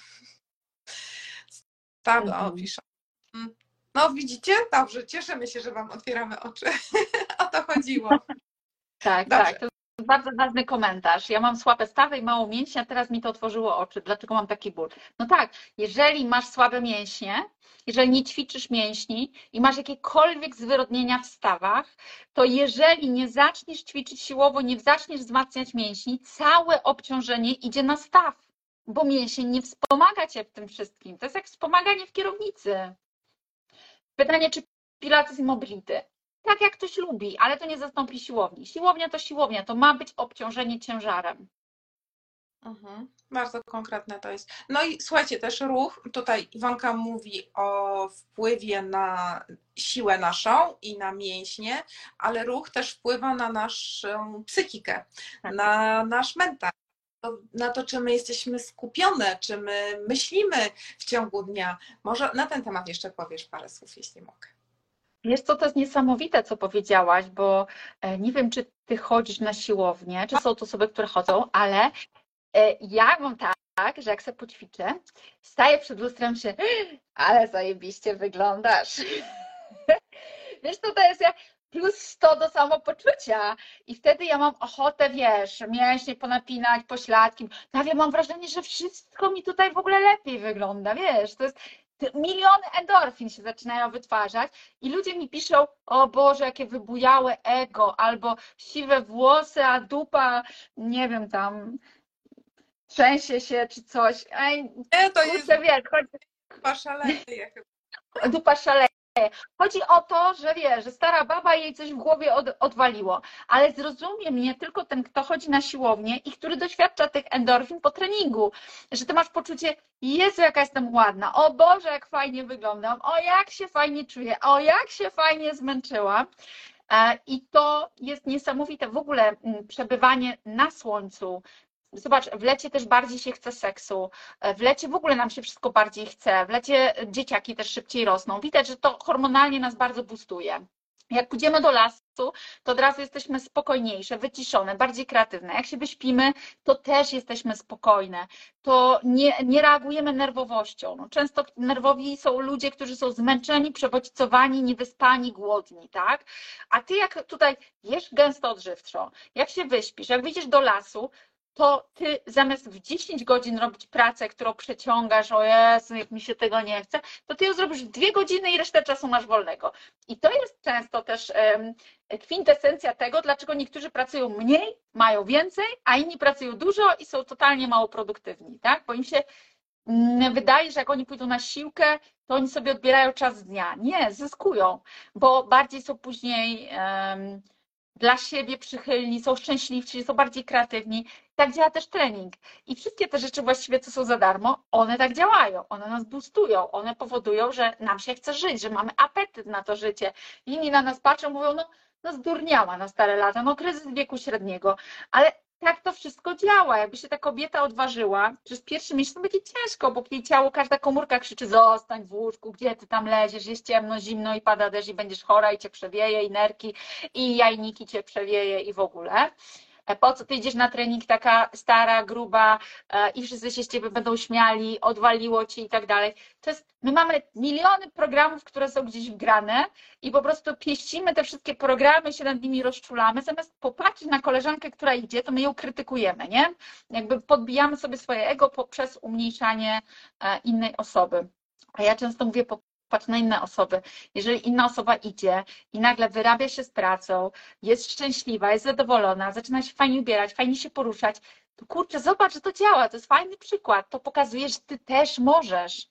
[SPEAKER 1] Tam mm-hmm. opiszę. No widzicie? Dobrze, cieszymy się, że wam otwieramy oczy. O to chodziło.
[SPEAKER 2] Tak, dobrze. Tak. To jest bardzo ważny komentarz. Ja mam słabe stawy i mało mięśnia, teraz mi to otworzyło oczy. Dlaczego mam taki ból? No tak, jeżeli masz słabe mięśnie, jeżeli nie ćwiczysz mięśni i masz jakiekolwiek zwyrodnienia w stawach, to jeżeli nie zaczniesz ćwiczyć siłowo, nie zaczniesz wzmacniać mięśni, całe obciążenie idzie na staw, bo mięsień nie wspomaga cię w tym wszystkim. To jest jak wspomaganie w kierownicy. Pytanie, czy Pilates i mobility? Tak jak ktoś lubi, ale to nie zastąpi siłowni. Siłownia to siłownia, to ma być obciążenie ciężarem.
[SPEAKER 1] Mhm. Bardzo konkretne to jest. No i słuchajcie, też ruch, tutaj Iwonka mówi o wpływie na siłę naszą i na mięśnie, ale ruch też wpływa na naszą psychikę,
[SPEAKER 2] Tak.
[SPEAKER 1] na nasz mental, na to, czy my jesteśmy skupione, czy my myślimy w ciągu dnia. Może na ten temat jeszcze powiesz parę słów, jeśli mogę.
[SPEAKER 2] Wiesz co, to jest niesamowite, co powiedziałaś, bo nie wiem, czy ty chodzisz na siłownię, czy są to osoby, które chodzą, ale ja mam tak, że jak sobie poćwiczę, staję przed lustrem się, ale zajebiście wyglądasz. Wiesz co, to jest jak plus sto do samopoczucia i wtedy ja mam ochotę, wiesz, mięśnie ponapinać, pośladki. Nagle mam wrażenie, że wszystko mi tutaj w ogóle lepiej wygląda, wiesz, to jest miliony endorfin się zaczynają wytwarzać i ludzie mi piszą, o Boże, jakie wybujałe ego, albo siwe włosy, a dupa, nie wiem, tam trzęsie się czy coś. Ej,
[SPEAKER 1] Nie, to
[SPEAKER 2] kurczę,
[SPEAKER 1] jest
[SPEAKER 2] wiesz, chodzi,
[SPEAKER 1] dupa szaleje chyba.
[SPEAKER 2] dupa szaleje. Chodzi o to, że wiesz, że stara baba jej coś w głowie od, odwaliło, ale zrozumie mnie tylko ten, kto chodzi na siłownię i który doświadcza tych endorfin po treningu, że ty masz poczucie, Jezu, jaka jestem ładna, o Boże, jak fajnie wyglądam, o jak się fajnie czuję, o jak się fajnie zmęczyłam. I to jest niesamowite w ogóle przebywanie na słońcu. Zobacz, w lecie też bardziej się chce seksu, w lecie w ogóle nam się wszystko bardziej chce, w lecie dzieciaki też szybciej rosną. Widać, że to hormonalnie nas bardzo boostuje. Jak pójdziemy do lasu, to od razu jesteśmy spokojniejsze, wyciszone, bardziej kreatywne. Jak się wyśpimy, to też jesteśmy spokojne. To nie, nie reagujemy nerwowością. No, często nerwowi są ludzie, którzy są zmęczeni, przebodźcowani, niewyspani, głodni, tak? A ty jak tutaj jesz gęsto odżywczo, jak się wyśpisz, jak wyjdziesz do lasu, to ty zamiast w dziesięć godzin robić pracę, którą przeciągasz, o Jezu, jak mi się tego nie chce, to ty ją zrobisz w dwie godziny i resztę czasu masz wolnego. I to jest często też kwintesencja tego, dlaczego niektórzy pracują mniej, mają więcej, a inni pracują dużo i są totalnie mało produktywni, tak? Bo im się wydaje, że jak oni pójdą na siłkę, to oni sobie odbierają czas z dnia. Nie, zyskują, bo bardziej są później um, dla siebie przychylni, są szczęśliwsi, są bardziej kreatywni. Tak działa też trening. I wszystkie te rzeczy właściwie, co są za darmo, one tak działają. One nas boostują, one powodują, że nam się chce żyć, że mamy apetyt na to życie. Inni na nas patrzą, mówią, no, no zdurniała na stare lata, no kryzys wieku średniego. Ale tak to wszystko działa. Jakby się ta kobieta odważyła, przez pierwszy miesiąc to będzie ciężko, bo jej ciało, każda komórka krzyczy, zostań w łóżku, gdzie ty tam leziesz, jest ciemno, zimno i pada deszcz i będziesz chora i cię przewieje i nerki i jajniki cię przewieje i w ogóle. Po co ty idziesz na trening taka stara, gruba i wszyscy się z ciebie będą śmiali, odwaliło ci i tak dalej. To jest, my mamy miliony programów, które są gdzieś wgrane i po prostu pieścimy te wszystkie programy, się nad nimi rozczulamy. Zamiast popatrzeć na koleżankę, która idzie, to my ją krytykujemy, nie? Jakby podbijamy sobie swoje ego poprzez umniejszanie innej osoby. A ja często mówię, patrz na inne osoby. Jeżeli inna osoba idzie i nagle wyrabia się z pracą, jest szczęśliwa, jest zadowolona, zaczyna się fajnie ubierać, fajnie się poruszać, to kurczę, zobacz, że to działa, to jest fajny przykład. To pokazuje, że ty też możesz.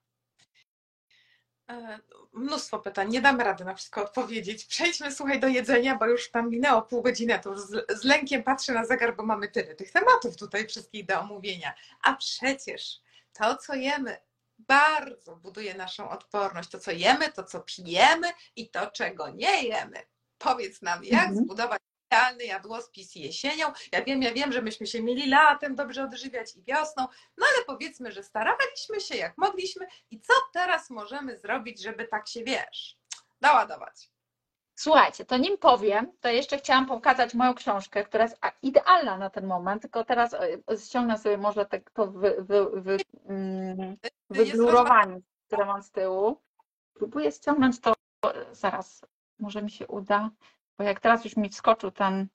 [SPEAKER 1] Mnóstwo pytań, nie damy rady na wszystko odpowiedzieć. Przejdźmy, słuchaj, do jedzenia, bo już tam minęło pół godziny, to już z, z lękiem patrzę na zegar, bo mamy tyle tych tematów tutaj wszystkich do omówienia. A przecież to, co jemy, bardzo buduje naszą odporność. To, co jemy, to, co pijemy i to, czego nie jemy. Powiedz nam, jak mhm. zbudować idealny jadłospis jesienią. Ja wiem, ja wiem, że myśmy się mieli latem dobrze odżywiać i wiosną, no ale powiedzmy, że staraliśmy się jak mogliśmy i co teraz możemy zrobić, żeby tak się, wiesz, naładować.
[SPEAKER 2] Słuchajcie, to nim powiem, to jeszcze chciałam pokazać moją książkę, która jest idealna na ten moment, tylko teraz ściągnę sobie może tak to wy, wy, wy, wy, wyblurowanie, które mam z tyłu. Próbuję ściągnąć to, zaraz, może mi się uda, bo jak teraz już mi wskoczył ten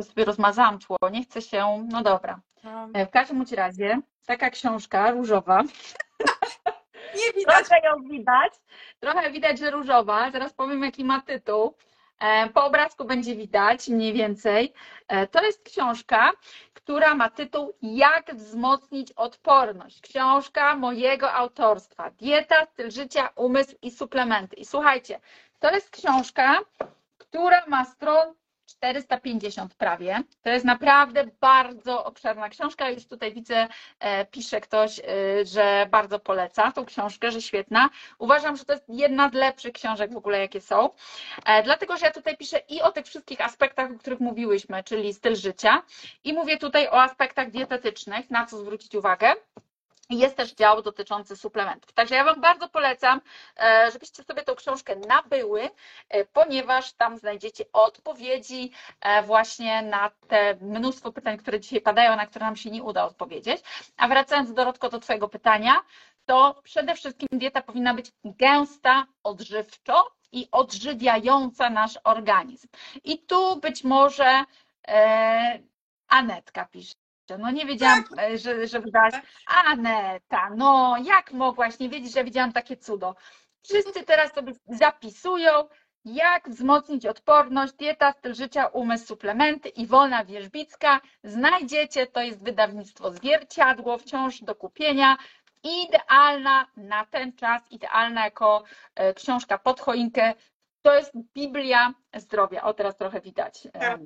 [SPEAKER 2] sobie rozmazałam tło, nie chcę się, no dobra.
[SPEAKER 1] No,
[SPEAKER 2] W każdym bądź razie, taka książka różowa,
[SPEAKER 1] nie widać.
[SPEAKER 2] trochę ją widać, trochę widać, że różowa, zaraz powiem jaki ma tytuł. Po obrazku będzie widać mniej więcej. To jest książka, która ma tytuł Jak wzmocnić odporność. Książka mojego autorstwa. Dieta, styl życia, umysł i suplementy. I słuchajcie, to jest książka, która ma stron czterysta pięćdziesiąt prawie. To jest naprawdę bardzo obszerna książka. Już tutaj widzę, pisze ktoś, że bardzo poleca tą książkę, że świetna. Uważam, że to jest jedna z lepszych książek w ogóle, jakie są. Dlatego, że ja tutaj piszę i o tych wszystkich aspektach, o których mówiłyśmy, czyli styl życia, i mówię tutaj o aspektach dietetycznych, na co zwrócić uwagę. Jest też dział dotyczący suplementów. Także ja Wam bardzo polecam, żebyście sobie tą książkę nabyły, ponieważ tam znajdziecie odpowiedzi właśnie na te mnóstwo pytań, które dzisiaj padają, na które nam się nie uda odpowiedzieć. A wracając, Dorotko, do Twojego pytania, to przede wszystkim dieta powinna być gęsta, odżywczo i odżywiająca nasz organizm. I tu być może e, Anetka pisze. No nie wiedziałam, tak, że, że wydałaś. Aneta, no jak mogłaś nie wiedzieć, że widziałam takie cudo. Wszyscy teraz sobie zapisują, jak wzmocnić odporność, dieta, styl życia, umysł, suplementy. Iwona Wierzbicka, znajdziecie, to jest wydawnictwo Zwierciadło, wciąż do kupienia. Idealna na ten czas, idealna jako książka pod choinkę. To jest Biblia zdrowia. O, teraz trochę widać.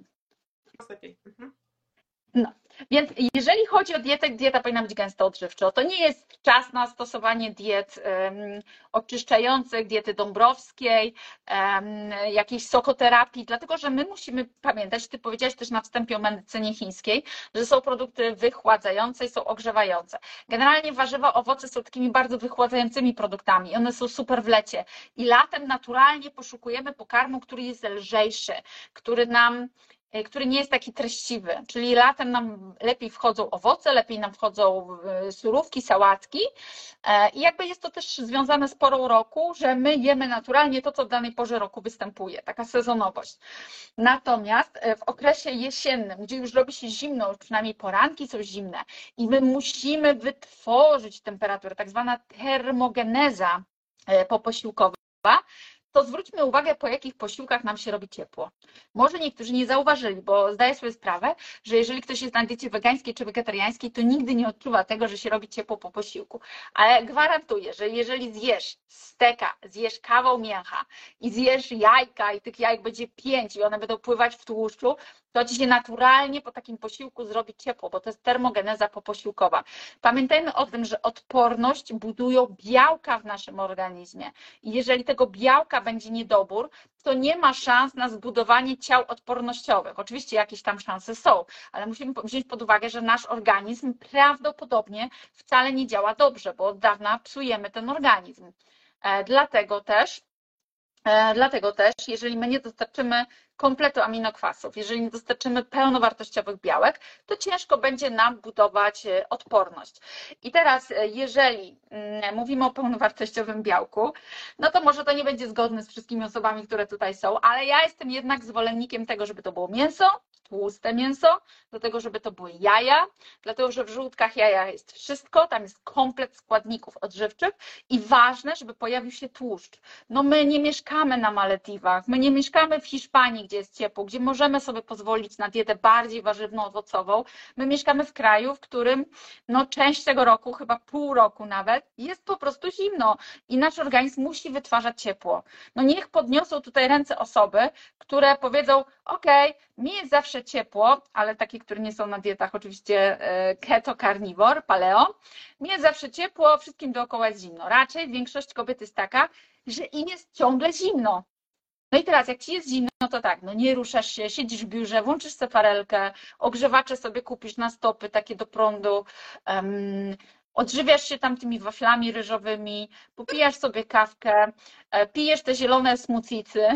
[SPEAKER 2] No, więc jeżeli chodzi o dietę, dieta powinna być gęsto odżywcza. To nie jest czas na stosowanie diet um, oczyszczających, diety dąbrowskiej, um, jakiejś sokoterapii, dlatego że my musimy pamiętać, Ty powiedziałaś też na wstępie o medycynie chińskiej, że są produkty wychładzające i są ogrzewające. Generalnie warzywa, owoce są takimi bardzo wychładzającymi produktami. One są super w lecie i latem naturalnie poszukujemy pokarmu, który jest lżejszy, który nam który nie jest taki treściwy, czyli latem nam lepiej wchodzą owoce, lepiej nam wchodzą surówki, sałatki i jakby jest to też związane z porą roku, że my jemy naturalnie to, co w danej porze roku występuje, taka sezonowość. Natomiast w okresie jesiennym, gdzie już robi się zimno, już przynajmniej poranki są zimne i my musimy wytworzyć temperaturę, tak zwana termogeneza poposiłkowa, to zwróćmy uwagę, po jakich posiłkach nam się robi ciepło. Może niektórzy nie zauważyli, bo zdaję sobie sprawę, że jeżeli ktoś jest na diecie wegańskiej czy wegetariańskiej, to nigdy nie odczuwa tego, że się robi ciepło po posiłku. Ale gwarantuję, że jeżeli zjesz steka, zjesz kawał mięcha i zjesz jajka i tych jajek będzie pięć i one będą pływać w tłuszczu, to ci się naturalnie po takim posiłku zrobi ciepło, bo to jest termogeneza poposiłkowa. Pamiętajmy o tym, że odporność budują białka w naszym organizmie. I jeżeli tego białka będzie niedobór, to nie ma szans na zbudowanie ciał odpornościowych. Oczywiście jakieś tam szanse są, ale musimy wziąć pod uwagę, że nasz organizm prawdopodobnie wcale nie działa dobrze, bo od dawna psujemy ten organizm. Dlatego też Dlatego też, jeżeli my nie dostarczymy kompletu aminokwasów, jeżeli nie dostarczymy pełnowartościowych białek, to ciężko będzie nam budować odporność. I teraz, jeżeli mówimy o pełnowartościowym białku, no to może to nie będzie zgodne z wszystkimi osobami, które tutaj są, ale ja jestem jednak zwolennikiem tego, żeby to było mięso, tłuste mięso, do tego, żeby to były jaja, dlatego, że w żółtkach jaja jest wszystko, tam jest komplet składników odżywczych i ważne, żeby pojawił się tłuszcz. No my nie mieszkamy na Malediwach, my nie mieszkamy w Hiszpanii, gdzie jest ciepło, gdzie możemy sobie pozwolić na dietę bardziej warzywno-owocową. My mieszkamy w kraju, w którym no część tego roku, chyba pół roku nawet, jest po prostu zimno i nasz organizm musi wytwarzać ciepło. No niech podniosą tutaj ręce osoby, które powiedzą, ok, mi jest zawsze ciepło, ale takie, które nie są na dietach, oczywiście keto, carnivore, paleo, mi jest zawsze ciepło, wszystkim dookoła jest zimno. Raczej większość kobiet jest taka, że im jest ciągle zimno. No i teraz, jak ci jest zimno, no to tak, no nie ruszasz się, siedzisz w biurze, włączysz sobie farelkę, ogrzewacze sobie kupisz na stopy, takie do prądu, um, odżywiasz się tam tymi waflami ryżowymi, popijasz sobie kawkę, pijesz te zielone smucicy.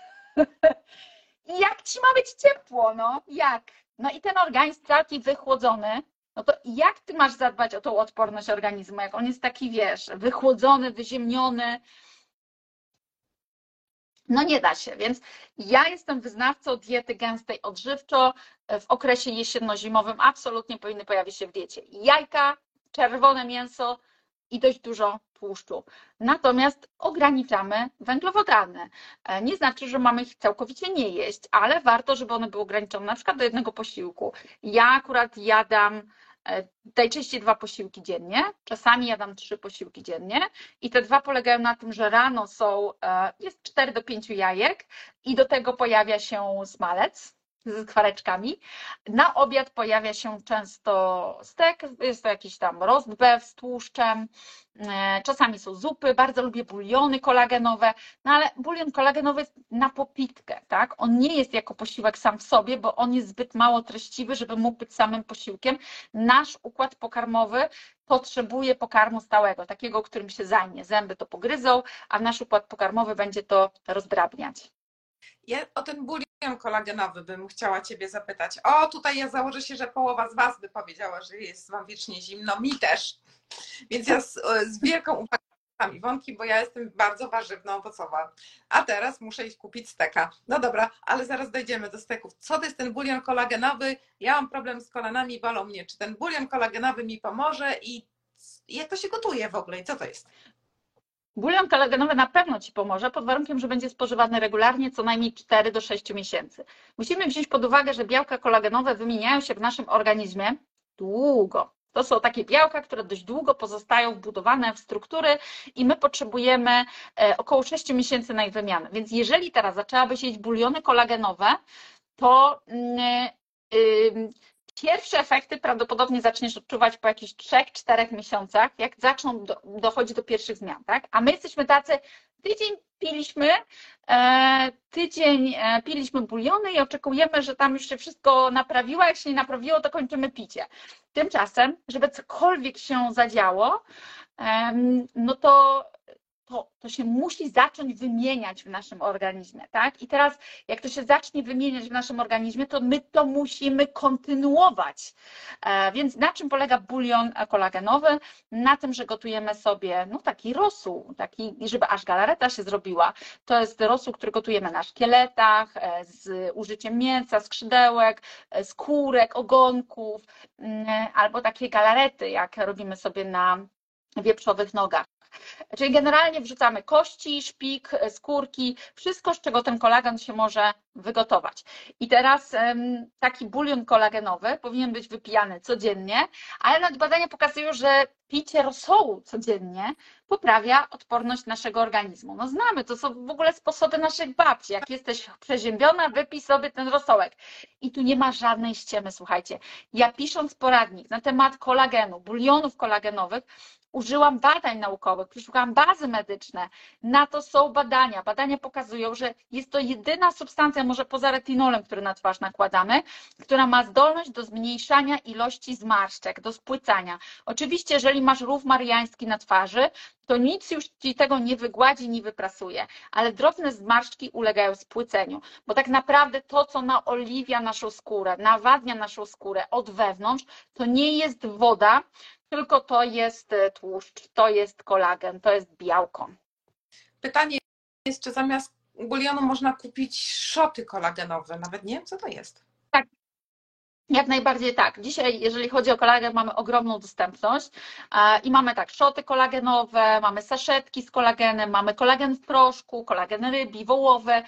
[SPEAKER 2] I jak ci ma być ciepło, no? Jak? No i ten organizm taki wychłodzony, no to jak ty masz zadbać o tą odporność organizmu, jak on jest taki, wiesz, wychłodzony, wyziemniony? No nie da się, więc ja jestem wyznawcą diety gęstej odżywczo. W okresie jesienno-zimowym absolutnie powinny pojawić się w diecie jajka, czerwone mięso i dość dużo tłuszczu. Natomiast ograniczamy węglowodany. Nie znaczy, że mamy ich całkowicie nie jeść, ale warto, żeby one były ograniczone na przykład do jednego posiłku. Ja akurat jadam najczęściej dwa posiłki dziennie, czasami jadam trzy posiłki dziennie i te dwa polegają na tym, że rano są, jest cztery do pięciu jajek i do tego pojawia się smalec z skwareczkami. Na obiad pojawia się często stek, jest to jakiś tam roast beef z tłuszczem, czasami są zupy, bardzo lubię buliony kolagenowe, no ale bulion kolagenowy jest na popitkę, tak? On nie jest jako posiłek sam w sobie, bo on jest zbyt mało treściwy, żeby mógł być samym posiłkiem. Nasz układ pokarmowy potrzebuje pokarmu stałego, takiego, którym się zajmie. Zęby to pogryzą, a nasz układ pokarmowy będzie to rozdrabniać.
[SPEAKER 1] Ja o ten bulion kolagenowy bym chciała Ciebie zapytać. O, tutaj ja założę się, że połowa z Was by powiedziała, że jest Wam wiecznie zimno, mi też. Więc ja z, z wielką uwagą słucham Iwonki, bo ja jestem bardzo warzywno-owocowa. A teraz muszę iść kupić steka. No dobra, ale zaraz dojdziemy do steków. Co to jest ten bulion kolagenowy? Ja mam problem z kolanami, bolą mnie. Czy ten bulion kolagenowy mi pomoże i jak to się gotuje w ogóle i co to jest?
[SPEAKER 2] Bulion kolagenowy na pewno Ci pomoże, pod warunkiem, że będzie spożywany regularnie co najmniej cztery do sześciu miesięcy. Musimy wziąć pod uwagę, że białka kolagenowe wymieniają się w naszym organizmie długo. To są takie białka, które dość długo pozostają wbudowane w struktury i my potrzebujemy około sześciu miesięcy na ich wymianę. Więc jeżeli teraz zaczęłabyś jeść buliony kolagenowe, to yy, pierwsze efekty prawdopodobnie zaczniesz odczuwać po jakichś trzech, czterech miesiącach, jak zaczną do, dochodzić do pierwszych zmian, tak? A my jesteśmy tacy, tydzień piliśmy, e, tydzień e, piliśmy buliony i oczekujemy, że tam już się wszystko naprawiło, jak się nie naprawiło, to kończymy picie. Tymczasem, żeby cokolwiek się zadziało, e, no to To, to się musi zacząć wymieniać w naszym organizmie, tak? I teraz, jak to się zacznie wymieniać w naszym organizmie, to my to musimy kontynuować. E, więc na czym polega bulion kolagenowy? Na tym, że gotujemy sobie no, taki rosół, taki, żeby aż galareta się zrobiła. To jest rosół, który gotujemy na szkieletach, e, z użyciem mięsa, skrzydełek, e, skórek, ogonków, e, albo takie galarety, jak robimy sobie na wieprzowych nogach. Czyli generalnie wrzucamy kości, szpik, skórki, wszystko, z czego ten kolagen się może wygotować. I teraz taki bulion kolagenowy powinien być wypijany codziennie, ale nawet badania pokazują, że picie rosołu codziennie poprawia odporność naszego organizmu. No znamy, to są w ogóle sposoby naszych babci. Jak jesteś przeziębiona, wypij sobie ten rosołek. I tu nie ma żadnej ściemy, słuchajcie. Ja pisząc poradnik na temat kolagenu, bulionów kolagenowych, użyłam badań naukowych, przeszukałam bazy medyczne. Na to są badania. Badania pokazują, że jest to jedyna substancja, może poza retinolem, który na twarz nakładamy, która ma zdolność do zmniejszania ilości zmarszczek, do spłycania. Oczywiście, jeżeli masz rów mariański na twarzy, to nic już Ci tego nie wygładzi, nie wyprasuje, ale drobne zmarszczki ulegają spłyceniu, bo tak naprawdę to, co naoliwia naszą skórę, nawadnia naszą skórę od wewnątrz, to nie jest woda, tylko to jest tłuszcz, to jest kolagen, to jest białko.
[SPEAKER 1] Pytanie jest, czy zamiast bulionu można kupić szoty kolagenowe? Nawet nie wiem, co to jest.
[SPEAKER 2] Tak, jak najbardziej tak. Dzisiaj, jeżeli chodzi o kolagen, mamy ogromną dostępność i mamy tak, szoty kolagenowe, mamy saszetki z kolagenem, mamy kolagen w proszku, kolagen rybi, wołowy.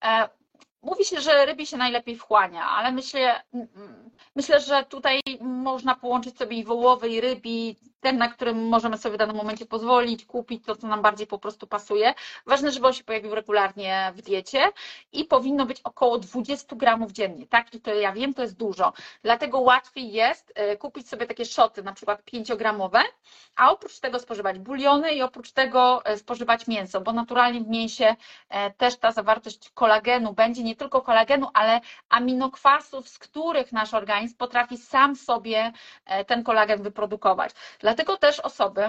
[SPEAKER 2] Mówi się, że rybie się najlepiej wchłania, ale myślę, myślę, że tutaj można połączyć sobie i wołowy, i rybi, ten, na którym możemy sobie w danym momencie pozwolić, kupić to, co nam bardziej po prostu pasuje. Ważne, żeby on się pojawił regularnie w diecie i powinno być około dwadzieścia gramów dziennie. Tak, i to ja wiem, to jest dużo. Dlatego łatwiej jest kupić sobie takie szoty, na przykład pięciogramowe, a oprócz tego spożywać buliony i oprócz tego spożywać mięso, bo naturalnie w mięsie też ta zawartość kolagenu będzie, nie tylko kolagenu, ale aminokwasów, z których nasz organizm potrafi sam sobie ten kolagen wyprodukować. Dlatego też osoby,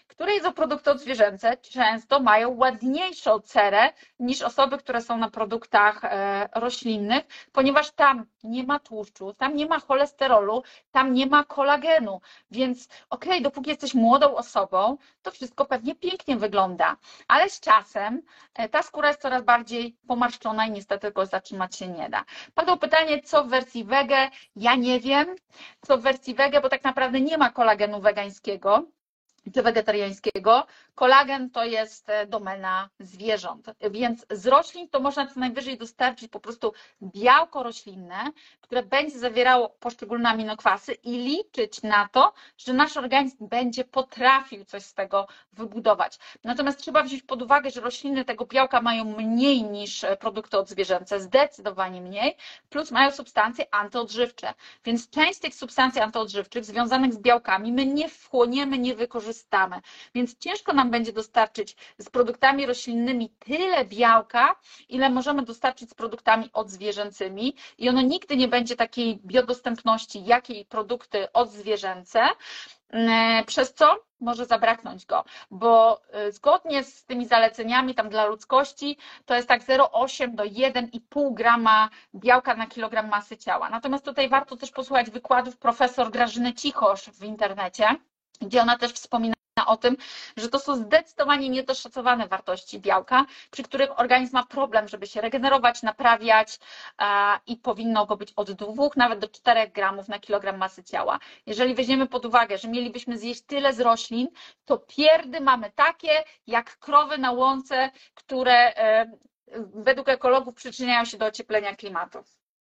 [SPEAKER 2] które jedzą produkty odzwierzęce, często mają ładniejszą cerę niż osoby, które są na produktach roślinnych, ponieważ tam nie ma tłuszczu, tam nie ma cholesterolu, tam nie ma kolagenu, więc okej, okay, dopóki jesteś młodą osobą, to wszystko pewnie pięknie wygląda, ale z czasem ta skóra jest coraz bardziej pomarszczona i niestety go zatrzymać się nie da. Padło pytanie, co w wersji wege? Ja nie wiem, co w wersji wege, bo tak naprawdę nie ma kolagenu wegańskiego czy wegetariańskiego. Kolagen to jest domena zwierząt, więc z roślin to można co najwyżej dostarczyć po prostu białko roślinne, które będzie zawierało poszczególne aminokwasy i liczyć na to, że nasz organizm będzie potrafił coś z tego wybudować. Natomiast trzeba wziąć pod uwagę, że rośliny tego białka mają mniej niż produkty odzwierzęce, zdecydowanie mniej, plus mają substancje antyodżywcze, więc część z tych substancji antyodżywczych związanych z białkami my nie wchłoniemy, nie wykorzystamy. Więc ciężko nam będzie dostarczyć z produktami roślinnymi tyle białka, ile możemy dostarczyć z produktami odzwierzęcymi i ono nigdy nie będzie takiej biodostępności, jakiej produkty odzwierzęce, przez co może zabraknąć go, bo zgodnie z tymi zaleceniami tam dla ludzkości to jest tak zero przecinek osiem do jeden i pół grama białka na kilogram masy ciała. Natomiast tutaj warto też posłuchać wykładów profesor Grażyny Cichosz w internecie, gdzie ona też wspomina o tym, że to są zdecydowanie niedoszacowane wartości białka, przy których organizm ma problem, żeby się regenerować, naprawiać i powinno go być od dwóch nawet do czterech gramów na kilogram masy ciała. Jeżeli weźmiemy pod uwagę, że mielibyśmy zjeść tyle z roślin, to pierdy mamy takie jak krowy na łące, które według ekologów przyczyniają się do ocieplenia klimatu.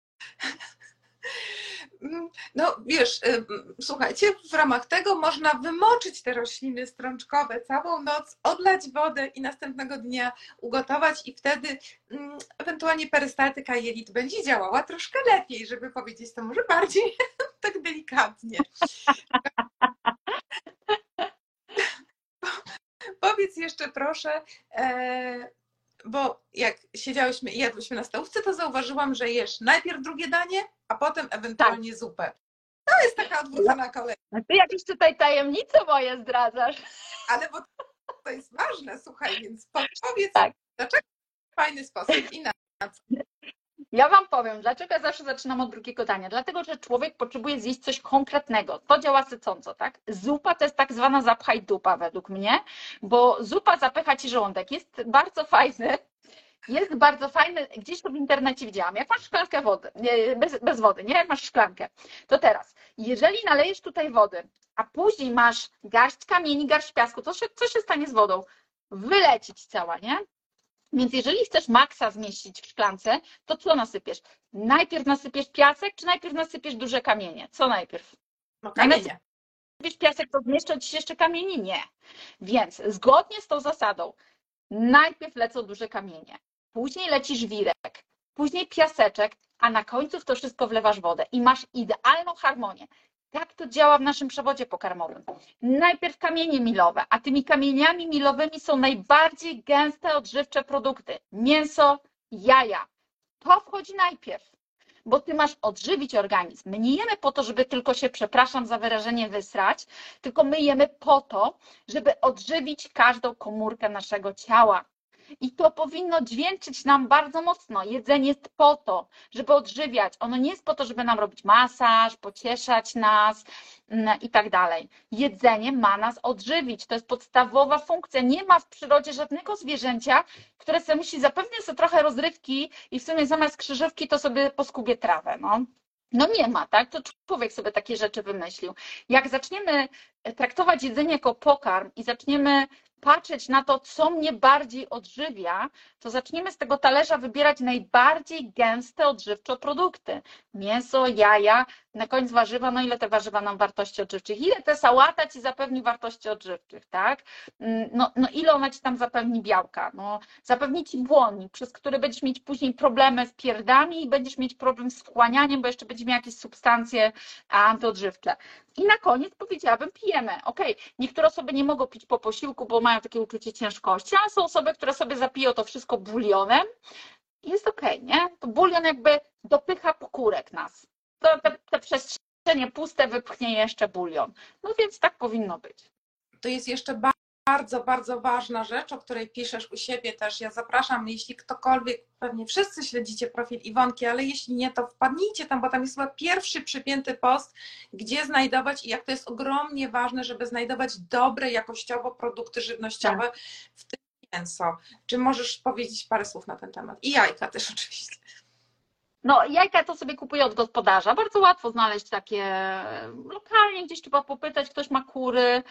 [SPEAKER 1] No wiesz, słuchajcie, w ramach tego można wymoczyć te rośliny strączkowe całą noc, odlać wodę i następnego dnia ugotować i wtedy um, ewentualnie perystaltyka jelit będzie działała troszkę lepiej, żeby powiedzieć to może bardziej tak delikatnie. Powiedz jeszcze proszę, e, bo jak siedziałyśmy i jadłyśmy na stołówce, to zauważyłam, że jesz najpierw drugie danie, a potem ewentualnie tak. zupę. To jest taka odwrócona kolej.
[SPEAKER 2] A ty jakieś tutaj tajemnice moje zdradzasz.
[SPEAKER 1] Ale bo to jest ważne, słuchaj, więc powiedz,
[SPEAKER 2] tak.
[SPEAKER 1] dlaczego w fajny sposób i na co?
[SPEAKER 2] Ja Wam powiem, dlaczego ja zawsze zaczynam od drugiego dania. Dlatego, że człowiek potrzebuje zjeść coś konkretnego. To działa sycąco, tak? Zupa to jest tak zwana zapchaj dupa według mnie, bo zupa zapycha Ci żołądek. Jest bardzo fajny. Jest bardzo fajny, gdzieś to w internecie widziałam, jak masz szklankę wody, bez, bez wody, nie? Jak masz szklankę, to teraz, jeżeli nalejesz tutaj wody, a później masz garść kamieni, garść piasku, to się, co się stanie z wodą? Wylecić cała, nie? Więc jeżeli chcesz maksa zmieścić w szklance, to co nasypiesz? Najpierw nasypiesz piasek, czy najpierw nasypiesz duże kamienie? Co najpierw?
[SPEAKER 1] No kamienie.
[SPEAKER 2] Nasypiesz piasek, to zmieszczą Ci się jeszcze kamieni? Nie. Więc zgodnie z tą zasadą, najpierw lecą duże kamienie, później leci żwirek, później piaseczek, a na końcu w to wszystko wlewasz wodę i masz idealną harmonię. Tak to działa w naszym przewodzie pokarmowym. Najpierw kamienie milowe, a tymi kamieniami milowymi są najbardziej gęste, odżywcze produkty. Mięso, jaja. To wchodzi najpierw, bo Ty masz odżywić organizm. My nie jemy po to, żeby tylko się, przepraszam za wyrażenie, wysrać, tylko my jemy po to, żeby odżywić każdą komórkę naszego ciała. I to powinno dźwięczyć nam bardzo mocno. Jedzenie jest po to, żeby odżywiać. Ono nie jest po to, żeby nam robić masaż, pocieszać nas i tak dalej. Jedzenie ma nas odżywić. To jest podstawowa funkcja. Nie ma w przyrodzie żadnego zwierzęcia, które sobie myśli, zapewnię sobie trochę rozrywki i w sumie zamiast krzyżówki to sobie poskubie trawę. No. No nie ma, tak? To człowiek sobie takie rzeczy wymyślił. Jak zaczniemy traktować jedzenie jako pokarm i zaczniemy patrzeć na to, co mnie bardziej odżywia, to zaczniemy z tego talerza wybierać najbardziej gęste, odżywcze produkty. Mięso, jaja, na koniec warzywa, no ile te warzywa nam wartości odżywczych, ile ta sałata Ci zapewni wartości odżywczych, tak? No, no ile ona Ci tam zapewni białka? No, zapewni Ci błonnik, przez który będziesz mieć później problemy z pierdami i będziesz mieć problem z wchłanianiem, bo jeszcze będziesz miał jakieś substancje antyodżywcze. I na koniec powiedziałabym, pijemy. Ok, niektóre osoby nie mogą pić po posiłku, bo mają takie uczucie ciężkości, ale są osoby, które sobie zapiją to wszystko bulionem i jest ok, nie? To bulion jakby dopycha pokórek nas. To te, te przestrzenie puste wypchnie jeszcze bulion. No więc tak powinno być.
[SPEAKER 1] To jest jeszcze bardzo, bardzo ważna rzecz, o której piszesz u siebie też. Ja zapraszam, jeśli ktokolwiek, pewnie wszyscy śledzicie profil Iwonki, ale jeśli nie, to wpadnijcie tam, bo tam jest chyba pierwszy przypięty post, gdzie znajdować i jak to jest ogromnie ważne, żeby znajdować dobre, jakościowo produkty żywnościowe, tak, w tym mięso. Czy możesz powiedzieć parę słów na ten temat? I jajka też oczywiście.
[SPEAKER 2] No, jajka to sobie kupuję od gospodarza. Bardzo łatwo znaleźć takie lokalnie, gdzieś trzeba popytać, ktoś ma kury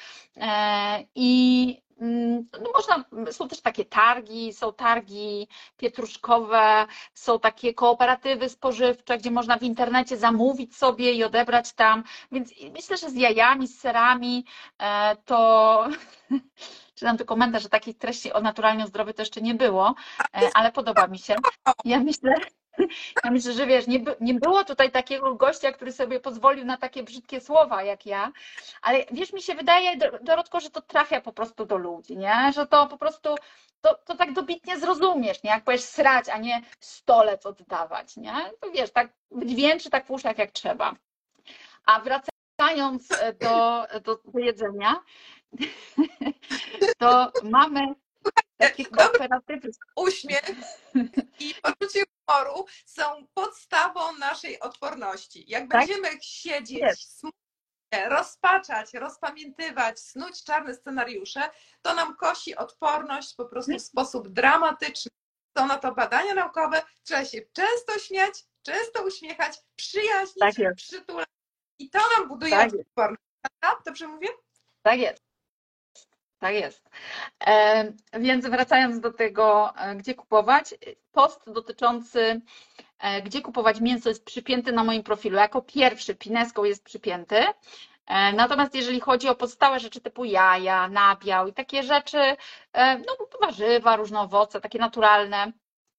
[SPEAKER 2] i no można, są też takie targi, są targi pietruszkowe, są takie kooperatywy spożywcze, gdzie można w internecie zamówić sobie i odebrać tam, więc myślę, że z jajami, z serami to czytam tu komentarz, że takich treści o naturalnie zdrowiu to jeszcze nie było, ale podoba mi się. Ja myślę, Ja myślę, że wiesz, nie, by, nie było tutaj takiego gościa, który sobie pozwolił na takie brzydkie słowa jak ja, ale wiesz, mi się wydaje, Dorotko, że to trafia po prostu do ludzi, nie? Że to po prostu, to, to tak dobitnie zrozumiesz, nie? Jak powiesz srać, a nie stolec oddawać, nie? To wiesz, tak dźwięczy tak w uszach jak trzeba. A wracając do, do, do jedzenia, to mamy takie kooperatywy.
[SPEAKER 1] Uśmiech i poczucie humoru są podstawą naszej odporności. Jak tak? będziemy siedzieć, smutnie, rozpaczać, rozpamiętywać, snuć czarne scenariusze, to nam kosi odporność po prostu w sposób dramatyczny. Są na to badania naukowe, trzeba się często śmiać, często uśmiechać, przyjaźnić, tak przytulać i to nam buduje tak odporność. Tak? Dobrze mówię?
[SPEAKER 2] Tak jest. Tak jest. E, więc wracając do tego, gdzie kupować, post dotyczący e, gdzie kupować mięso jest przypięty na moim profilu. Jako pierwszy pineską jest przypięty. E, natomiast jeżeli chodzi o pozostałe rzeczy typu jaja, nabiał i takie rzeczy, e, no warzywa, różne owoce, takie naturalne,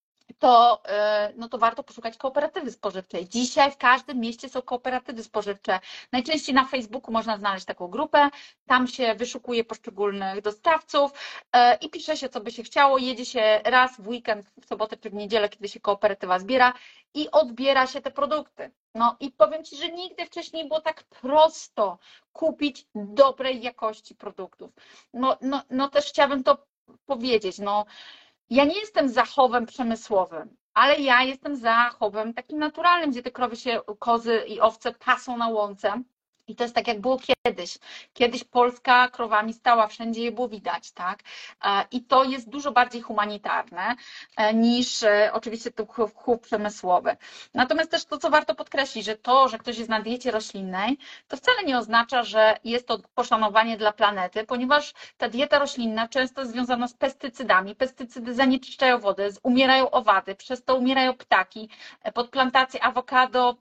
[SPEAKER 2] to, no to warto poszukać kooperatywy spożywczej. Dzisiaj w każdym mieście są kooperatywy spożywcze. Najczęściej na Facebooku można znaleźć taką grupę, tam się wyszukuje poszczególnych dostawców i pisze się, co by się chciało, jedzie się raz w weekend, w sobotę czy w niedzielę, kiedy się kooperatywa zbiera i odbiera się te produkty. No i powiem Ci, że nigdy wcześniej było tak prosto kupić dobrej jakości produktów. No, no, no też chciałabym to powiedzieć, no ja nie jestem za chowem przemysłowym, ale ja jestem za chowem takim naturalnym, gdzie te krowy się, kozy i owce pasą na łące. I to jest tak, jak było kiedyś. Kiedyś Polska krowami stała, wszędzie je było widać, tak? I to jest dużo bardziej humanitarne niż oczywiście ten chów, chów przemysłowy. Natomiast też to, co warto podkreślić, że to, że ktoś jest na diecie roślinnej, to wcale nie oznacza, że jest to poszanowanie dla planety, ponieważ ta dieta roślinna często jest związana z pestycydami. Pestycydy zanieczyszczają wodę, umierają owady, przez to umierają ptaki, pod plantację awokado,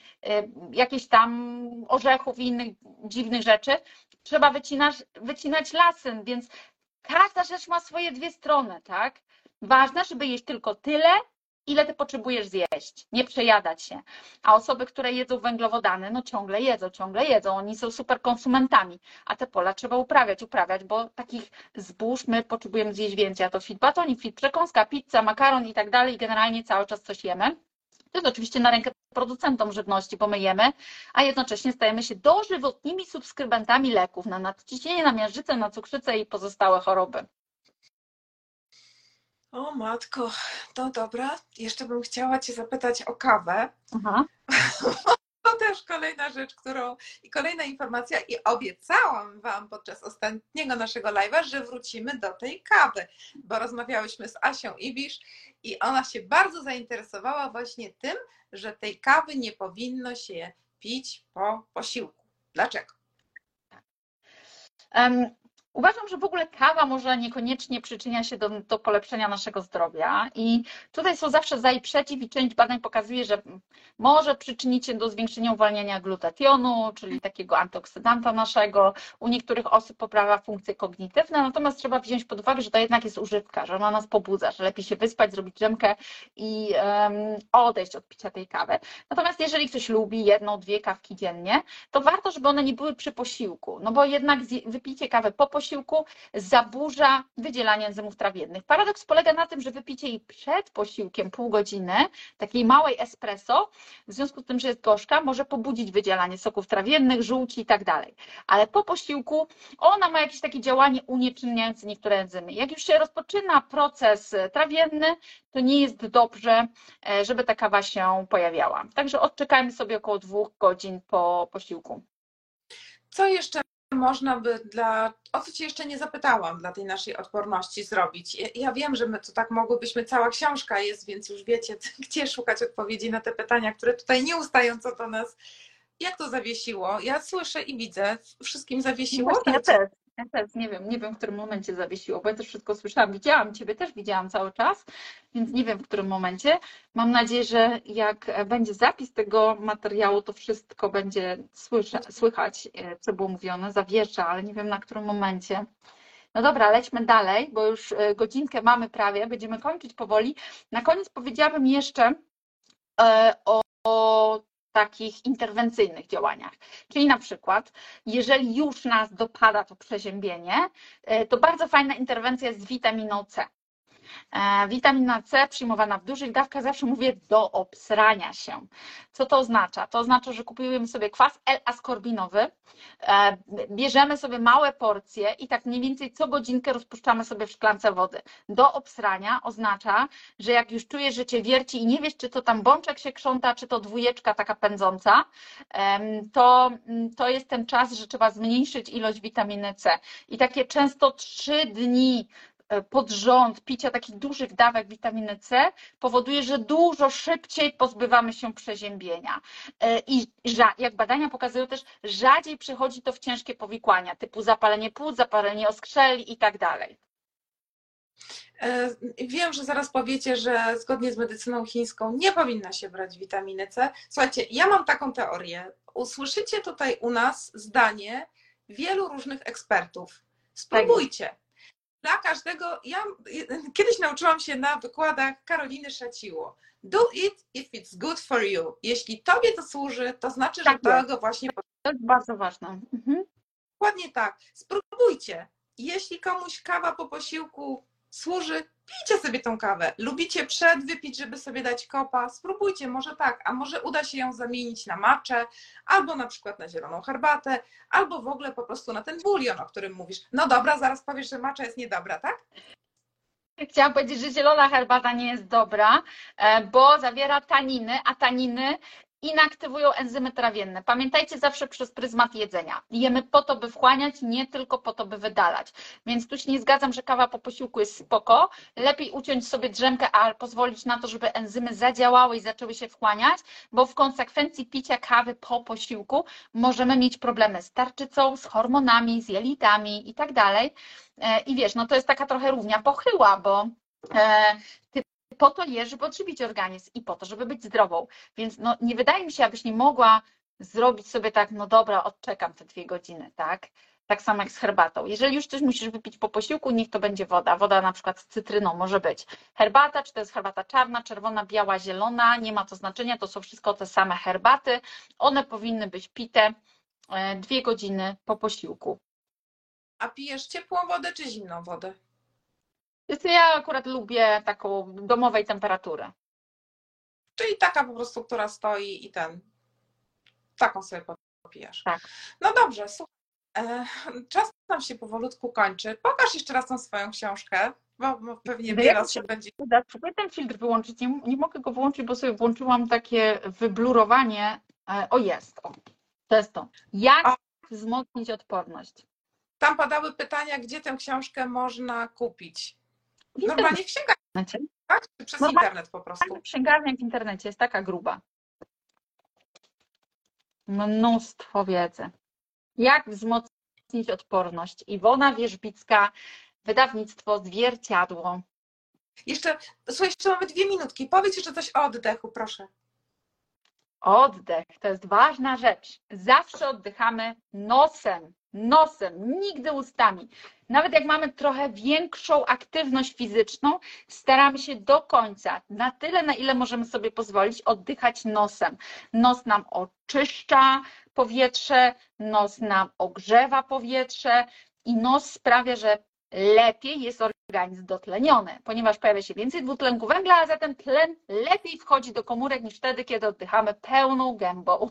[SPEAKER 2] jakieś tam orzechów i innych dziwnych rzeczy, trzeba wycinać, wycinać lasy, więc każda rzecz ma swoje dwie strony, tak? Ważne, żeby jeść tylko tyle, ile ty potrzebujesz zjeść, nie przejadać się. A osoby, które jedzą węglowodany, no ciągle jedzą, ciągle jedzą, oni są super konsumentami, a te pola trzeba uprawiać, uprawiać, bo takich zbóż my potrzebujemy zjeść więcej, a to fit batonik, fit przekąska, pizza, makaron i tak dalej, i generalnie cały czas coś jemy. To jest oczywiście na rękę producentom żywności, bo my jemy, a jednocześnie stajemy się dożywotnimi subskrybentami leków na nadciśnienie, na miażdżycę, na cukrzycę i pozostałe choroby.
[SPEAKER 1] O matko, to dobra. Jeszcze bym chciała Cię zapytać o kawę. Aha. To też kolejna rzecz, którą i kolejna informacja i obiecałam Wam podczas ostatniego naszego live'a, że wrócimy do tej kawy, bo rozmawiałyśmy z Asią Ibisz i ona się bardzo zainteresowała właśnie tym, że tej kawy nie powinno się pić po posiłku. Dlaczego?
[SPEAKER 2] Um. Uważam, że w ogóle kawa może niekoniecznie przyczynia się do, do polepszenia naszego zdrowia i tutaj są zawsze za i przeciw i część badań pokazuje, że może przyczynić się do zwiększenia uwalniania glutationu, czyli takiego antyoksydanta naszego. U niektórych osób poprawia funkcje kognitywne, natomiast trzeba wziąć pod uwagę, że to jednak jest używka, że ona nas pobudza, że lepiej się wyspać, zrobić drzemkę i um, odejść od picia tej kawy. Natomiast jeżeli ktoś lubi jedną, dwie kawki dziennie, to warto, żeby one nie były przy posiłku, no bo jednak wypicie kawy po posiłku posiłku zaburza wydzielanie enzymów trawiennych. Paradoks polega na tym, że wypicie jej przed posiłkiem pół godziny, takiej małej espresso, w związku z tym, że jest gorzka, może pobudzić wydzielanie soków trawiennych, żółci i tak dalej. Ale po posiłku ona ma jakieś takie działanie unieczynniające niektóre enzymy. Jak już się rozpoczyna proces trawienny, to nie jest dobrze, żeby ta kawa się pojawiała. Także odczekajmy sobie około dwóch godzin po posiłku.
[SPEAKER 1] Co jeszcze można by dla, o co Cię jeszcze nie zapytałam, dla tej naszej odporności zrobić? Ja wiem, że my to tak mogłybyśmy, cała książka jest, więc już wiecie, gdzie szukać odpowiedzi na te pytania, które tutaj nieustająco do nas. Jak to zawiesiło? Ja słyszę i widzę, wszystkim zawiesiło?
[SPEAKER 2] Właśnie ja też, ja też nie wiem, nie wiem, w którym momencie zawiesiło, bo ja też wszystko słyszałam, widziałam Ciebie, też widziałam cały czas, więc nie wiem, w którym momencie. Mam nadzieję, że jak będzie zapis tego materiału, to wszystko będzie słysza, słychać, co było mówione, zawiesza, ale nie wiem, na którym momencie. No dobra, lećmy dalej, bo już godzinkę mamy prawie, będziemy kończyć powoli. Na koniec powiedziałabym jeszcze o, o takich interwencyjnych działaniach. Czyli na przykład, jeżeli już nas dopada to przeziębienie, to bardzo fajna interwencja jest z witaminą C. Witamina C przyjmowana w dużych dawkach, zawsze mówię, do obsrania się. Co to oznacza? To oznacza, że kupujemy sobie kwas L-askorbinowy, bierzemy sobie małe porcje i tak mniej więcej co godzinkę rozpuszczamy sobie w szklance wody. Do obsrania oznacza, że jak już czujesz, że cię wierci i nie wiesz, czy to tam bączek się krząta, czy to dwójeczka taka pędząca, to, to jest ten czas, że trzeba zmniejszyć ilość witaminy C. I takie często trzy dni pod rząd picia takich dużych dawek witaminy C powoduje, że dużo szybciej pozbywamy się przeziębienia. I jak badania pokazują też, rzadziej przechodzi to w ciężkie powikłania, typu zapalenie płuc, zapalenie oskrzeli i tak dalej.
[SPEAKER 1] Wiem, że zaraz powiecie, że zgodnie z medycyną chińską nie powinna się brać witaminy C. Słuchajcie, ja mam taką teorię. Usłyszycie tutaj u nas zdanie wielu różnych ekspertów. Spróbujcie. Dla każdego, ja kiedyś nauczyłam się na wykładach Karoliny Szaciło. Do it if it's good for you. Jeśli tobie to służy, to znaczy,
[SPEAKER 2] tak
[SPEAKER 1] że tego właśnie...
[SPEAKER 2] To jest bardzo ważne. Mhm.
[SPEAKER 1] Dokładnie tak. Spróbujcie. Jeśli komuś kawa po posiłku służy, pijcie sobie tą kawę. Lubicie przed wypić, żeby sobie dać kopa? Spróbujcie, może tak, a może uda się ją zamienić na matczę, albo na przykład na zieloną herbatę, albo w ogóle po prostu na ten bulion, o którym mówisz. No dobra, zaraz powiesz, że matcha jest niedobra, tak?
[SPEAKER 2] Chciałam powiedzieć, że zielona herbata nie jest dobra, bo zawiera taniny, a taniny inaktywują enzymy trawienne. Pamiętajcie zawsze przez pryzmat jedzenia. Jemy po to, by wchłaniać, nie tylko po to, by wydalać. Więc tu się nie zgadzam, że kawa po posiłku jest spoko. Lepiej uciąć sobie drzemkę, a pozwolić na to, żeby enzymy zadziałały i zaczęły się wchłaniać, bo w konsekwencji picia kawy po posiłku możemy mieć problemy z tarczycą, z hormonami, z jelitami i tak dalej. I wiesz, no to jest taka trochę równia pochyła, bo ty po to jesz, żeby odżywić organizm i po to, żeby być zdrową. Więc no, nie wydaje mi się, abyś nie mogła zrobić sobie tak, no dobra, odczekam te dwie godziny, tak? Tak samo jak z herbatą. Jeżeli już coś musisz wypić po posiłku, niech to będzie woda. Woda na przykład z cytryną może być. Herbata, czy to jest herbata czarna, czerwona, biała, zielona, nie ma to znaczenia, to są wszystko te same herbaty. One powinny być pite dwie godziny po posiłku.
[SPEAKER 1] A pijesz ciepłą wodę czy zimną wodę?
[SPEAKER 2] Ja akurat lubię taką domowej temperatury.
[SPEAKER 1] Czyli taka po prostu, która stoi i ten, taką sobie popijasz.
[SPEAKER 2] Tak.
[SPEAKER 1] No dobrze, słuchaj, czas nam się powolutku kończy. Pokaż jeszcze raz tą swoją książkę, bo, bo pewnie
[SPEAKER 2] no
[SPEAKER 1] wiele osób będzie...
[SPEAKER 2] Spróbuję ten filtr wyłączyć, nie, nie mogę go wyłączyć, bo sobie włączyłam takie wyblurowanie. O jest, o, to jest to. Jak o. wzmocnić odporność?
[SPEAKER 1] Tam padały pytania, gdzie tę książkę można kupić. Normalnie w księgarni, tak? Czy przez Normalnie internet po prostu?
[SPEAKER 2] Księgarnia w internecie jest taka gruba. Mnóstwo wiedzy. Jak wzmocnić odporność? Iwona Wierzbicka, wydawnictwo Zwierciadło.
[SPEAKER 1] Jeszcze, słuchaj, jeszcze mamy dwie minutki. Powiedz jeszcze coś o oddechu, proszę.
[SPEAKER 2] Oddech to jest ważna rzecz. Zawsze oddychamy nosem. Nosem, nigdy ustami. Nawet jak mamy trochę większą aktywność fizyczną, staramy się do końca, na tyle, na ile możemy sobie pozwolić, oddychać nosem. Nos nam oczyszcza powietrze, nos nam ogrzewa powietrze i nos sprawia, że lepiej jest organizm dotleniony, ponieważ pojawia się więcej dwutlenku węgla, a zatem tlen lepiej wchodzi do komórek niż wtedy, kiedy oddychamy pełną gębą.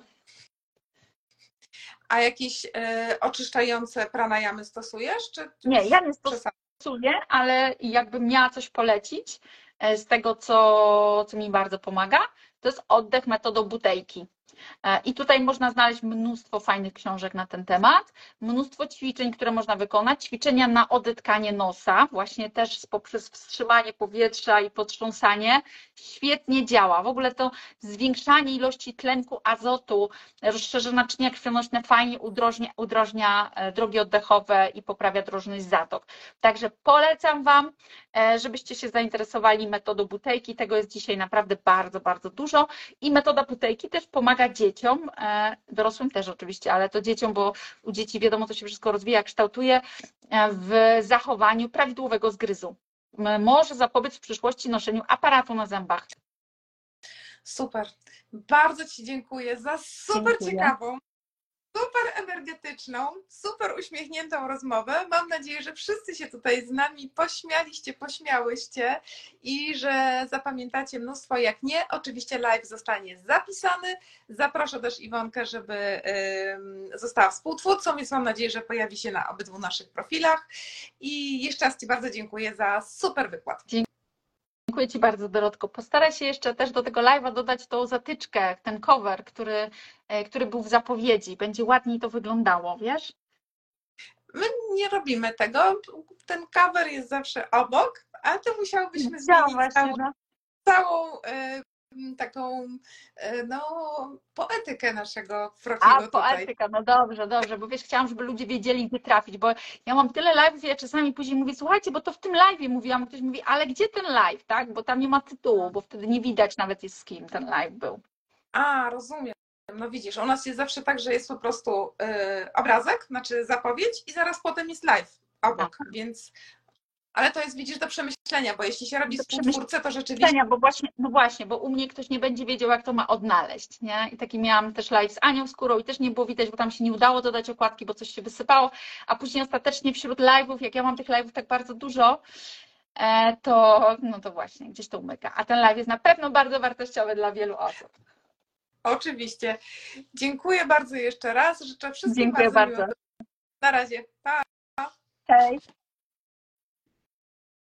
[SPEAKER 1] A jakieś y, oczyszczające pranayamy stosujesz? Czy
[SPEAKER 2] Nie, ja nie
[SPEAKER 1] przesadzasz?
[SPEAKER 2] stosuję, ale jakbym miała coś polecić z tego, co, co mi bardzo pomaga, to jest oddech metodą Buteyki. I tutaj można znaleźć mnóstwo fajnych książek na ten temat, mnóstwo ćwiczeń, które można wykonać, ćwiczenia na odetkanie nosa, właśnie też poprzez wstrzymanie powietrza i potrząsanie, świetnie działa. W ogóle to zwiększanie ilości tlenku azotu, rozszerza naczynia krwionośne, fajnie udrożnia, udrożnia drogi oddechowe i poprawia drożność zatok. Także polecam Wam, żebyście się zainteresowali metodą Buteyki, tego jest dzisiaj naprawdę bardzo, bardzo dużo i metoda Buteyki też pomaga dzieciom, dorosłym też oczywiście, ale to dzieciom, bo u dzieci wiadomo, to się wszystko rozwija, kształtuje w zachowaniu prawidłowego zgryzu. Może zapobiec w przyszłości noszeniu aparatu na zębach.
[SPEAKER 1] Super. Bardzo Ci dziękuję za super
[SPEAKER 2] Dziękuję.
[SPEAKER 1] ciekawą, super energetyczną, super uśmiechniętą rozmowę. Mam nadzieję, że wszyscy się tutaj z nami pośmialiście, pośmiałyście i że zapamiętacie mnóstwo. Jak nie, oczywiście live zostanie zapisany. Zaproszę też Iwonkę, żeby y, została współtwórcą, więc mam nadzieję, że pojawi się na obydwu naszych profilach. I jeszcze raz Ci bardzo dziękuję za super wykład.
[SPEAKER 2] Dziękuję Ci bardzo, Dorotko. Postaraj się jeszcze też do tego live'a dodać tą zatyczkę, ten cover, który, który był w zapowiedzi. Będzie ładniej to wyglądało, wiesz?
[SPEAKER 1] My nie robimy tego. Ten cover jest zawsze obok, ale to musiałybyśmy
[SPEAKER 2] Chciałam
[SPEAKER 1] zmienić
[SPEAKER 2] właśnie,
[SPEAKER 1] całą,
[SPEAKER 2] no.
[SPEAKER 1] całą y, taką y, no, poetykę naszego profilu
[SPEAKER 2] A,
[SPEAKER 1] tutaj.
[SPEAKER 2] poetyka, no dobrze, dobrze, bo wiesz, chciałam, żeby ludzie wiedzieli, gdzie trafić, bo ja mam tyle live'ów i ja czasami później mówię, słuchajcie, bo to w tym live'ie mówiłam, a ktoś mówi, ale gdzie ten live, tak? Bo tam nie ma tytułu, bo wtedy nie widać nawet jest z kim ten live był.
[SPEAKER 1] A, rozumiem. No widzisz, u nas jest zawsze tak, że jest po prostu y, obrazek, znaczy zapowiedź i zaraz potem jest live obok,
[SPEAKER 2] Aha.
[SPEAKER 1] więc... Ale to jest, widzisz, do przemyślenia, bo jeśli się robi
[SPEAKER 2] Do
[SPEAKER 1] współtwórcę, to rzeczywiście...
[SPEAKER 2] Bo właśnie, no właśnie, bo u mnie ktoś nie będzie wiedział, jak to ma odnaleźć, nie? I taki miałam też live z Anią Skórą i też nie było widać, bo tam się nie udało dodać okładki, bo coś się wysypało, a później ostatecznie wśród live'ów, jak ja mam tych live'ów tak bardzo dużo, to, no to właśnie, gdzieś to umyka. A ten live jest na pewno bardzo wartościowy dla wielu osób.
[SPEAKER 1] Oczywiście. Dziękuję bardzo jeszcze raz. Życzę wszystkim
[SPEAKER 2] Dziękuję
[SPEAKER 1] bardzo
[SPEAKER 2] bardzo.
[SPEAKER 1] miłego. Na razie. Pa.
[SPEAKER 2] Hej.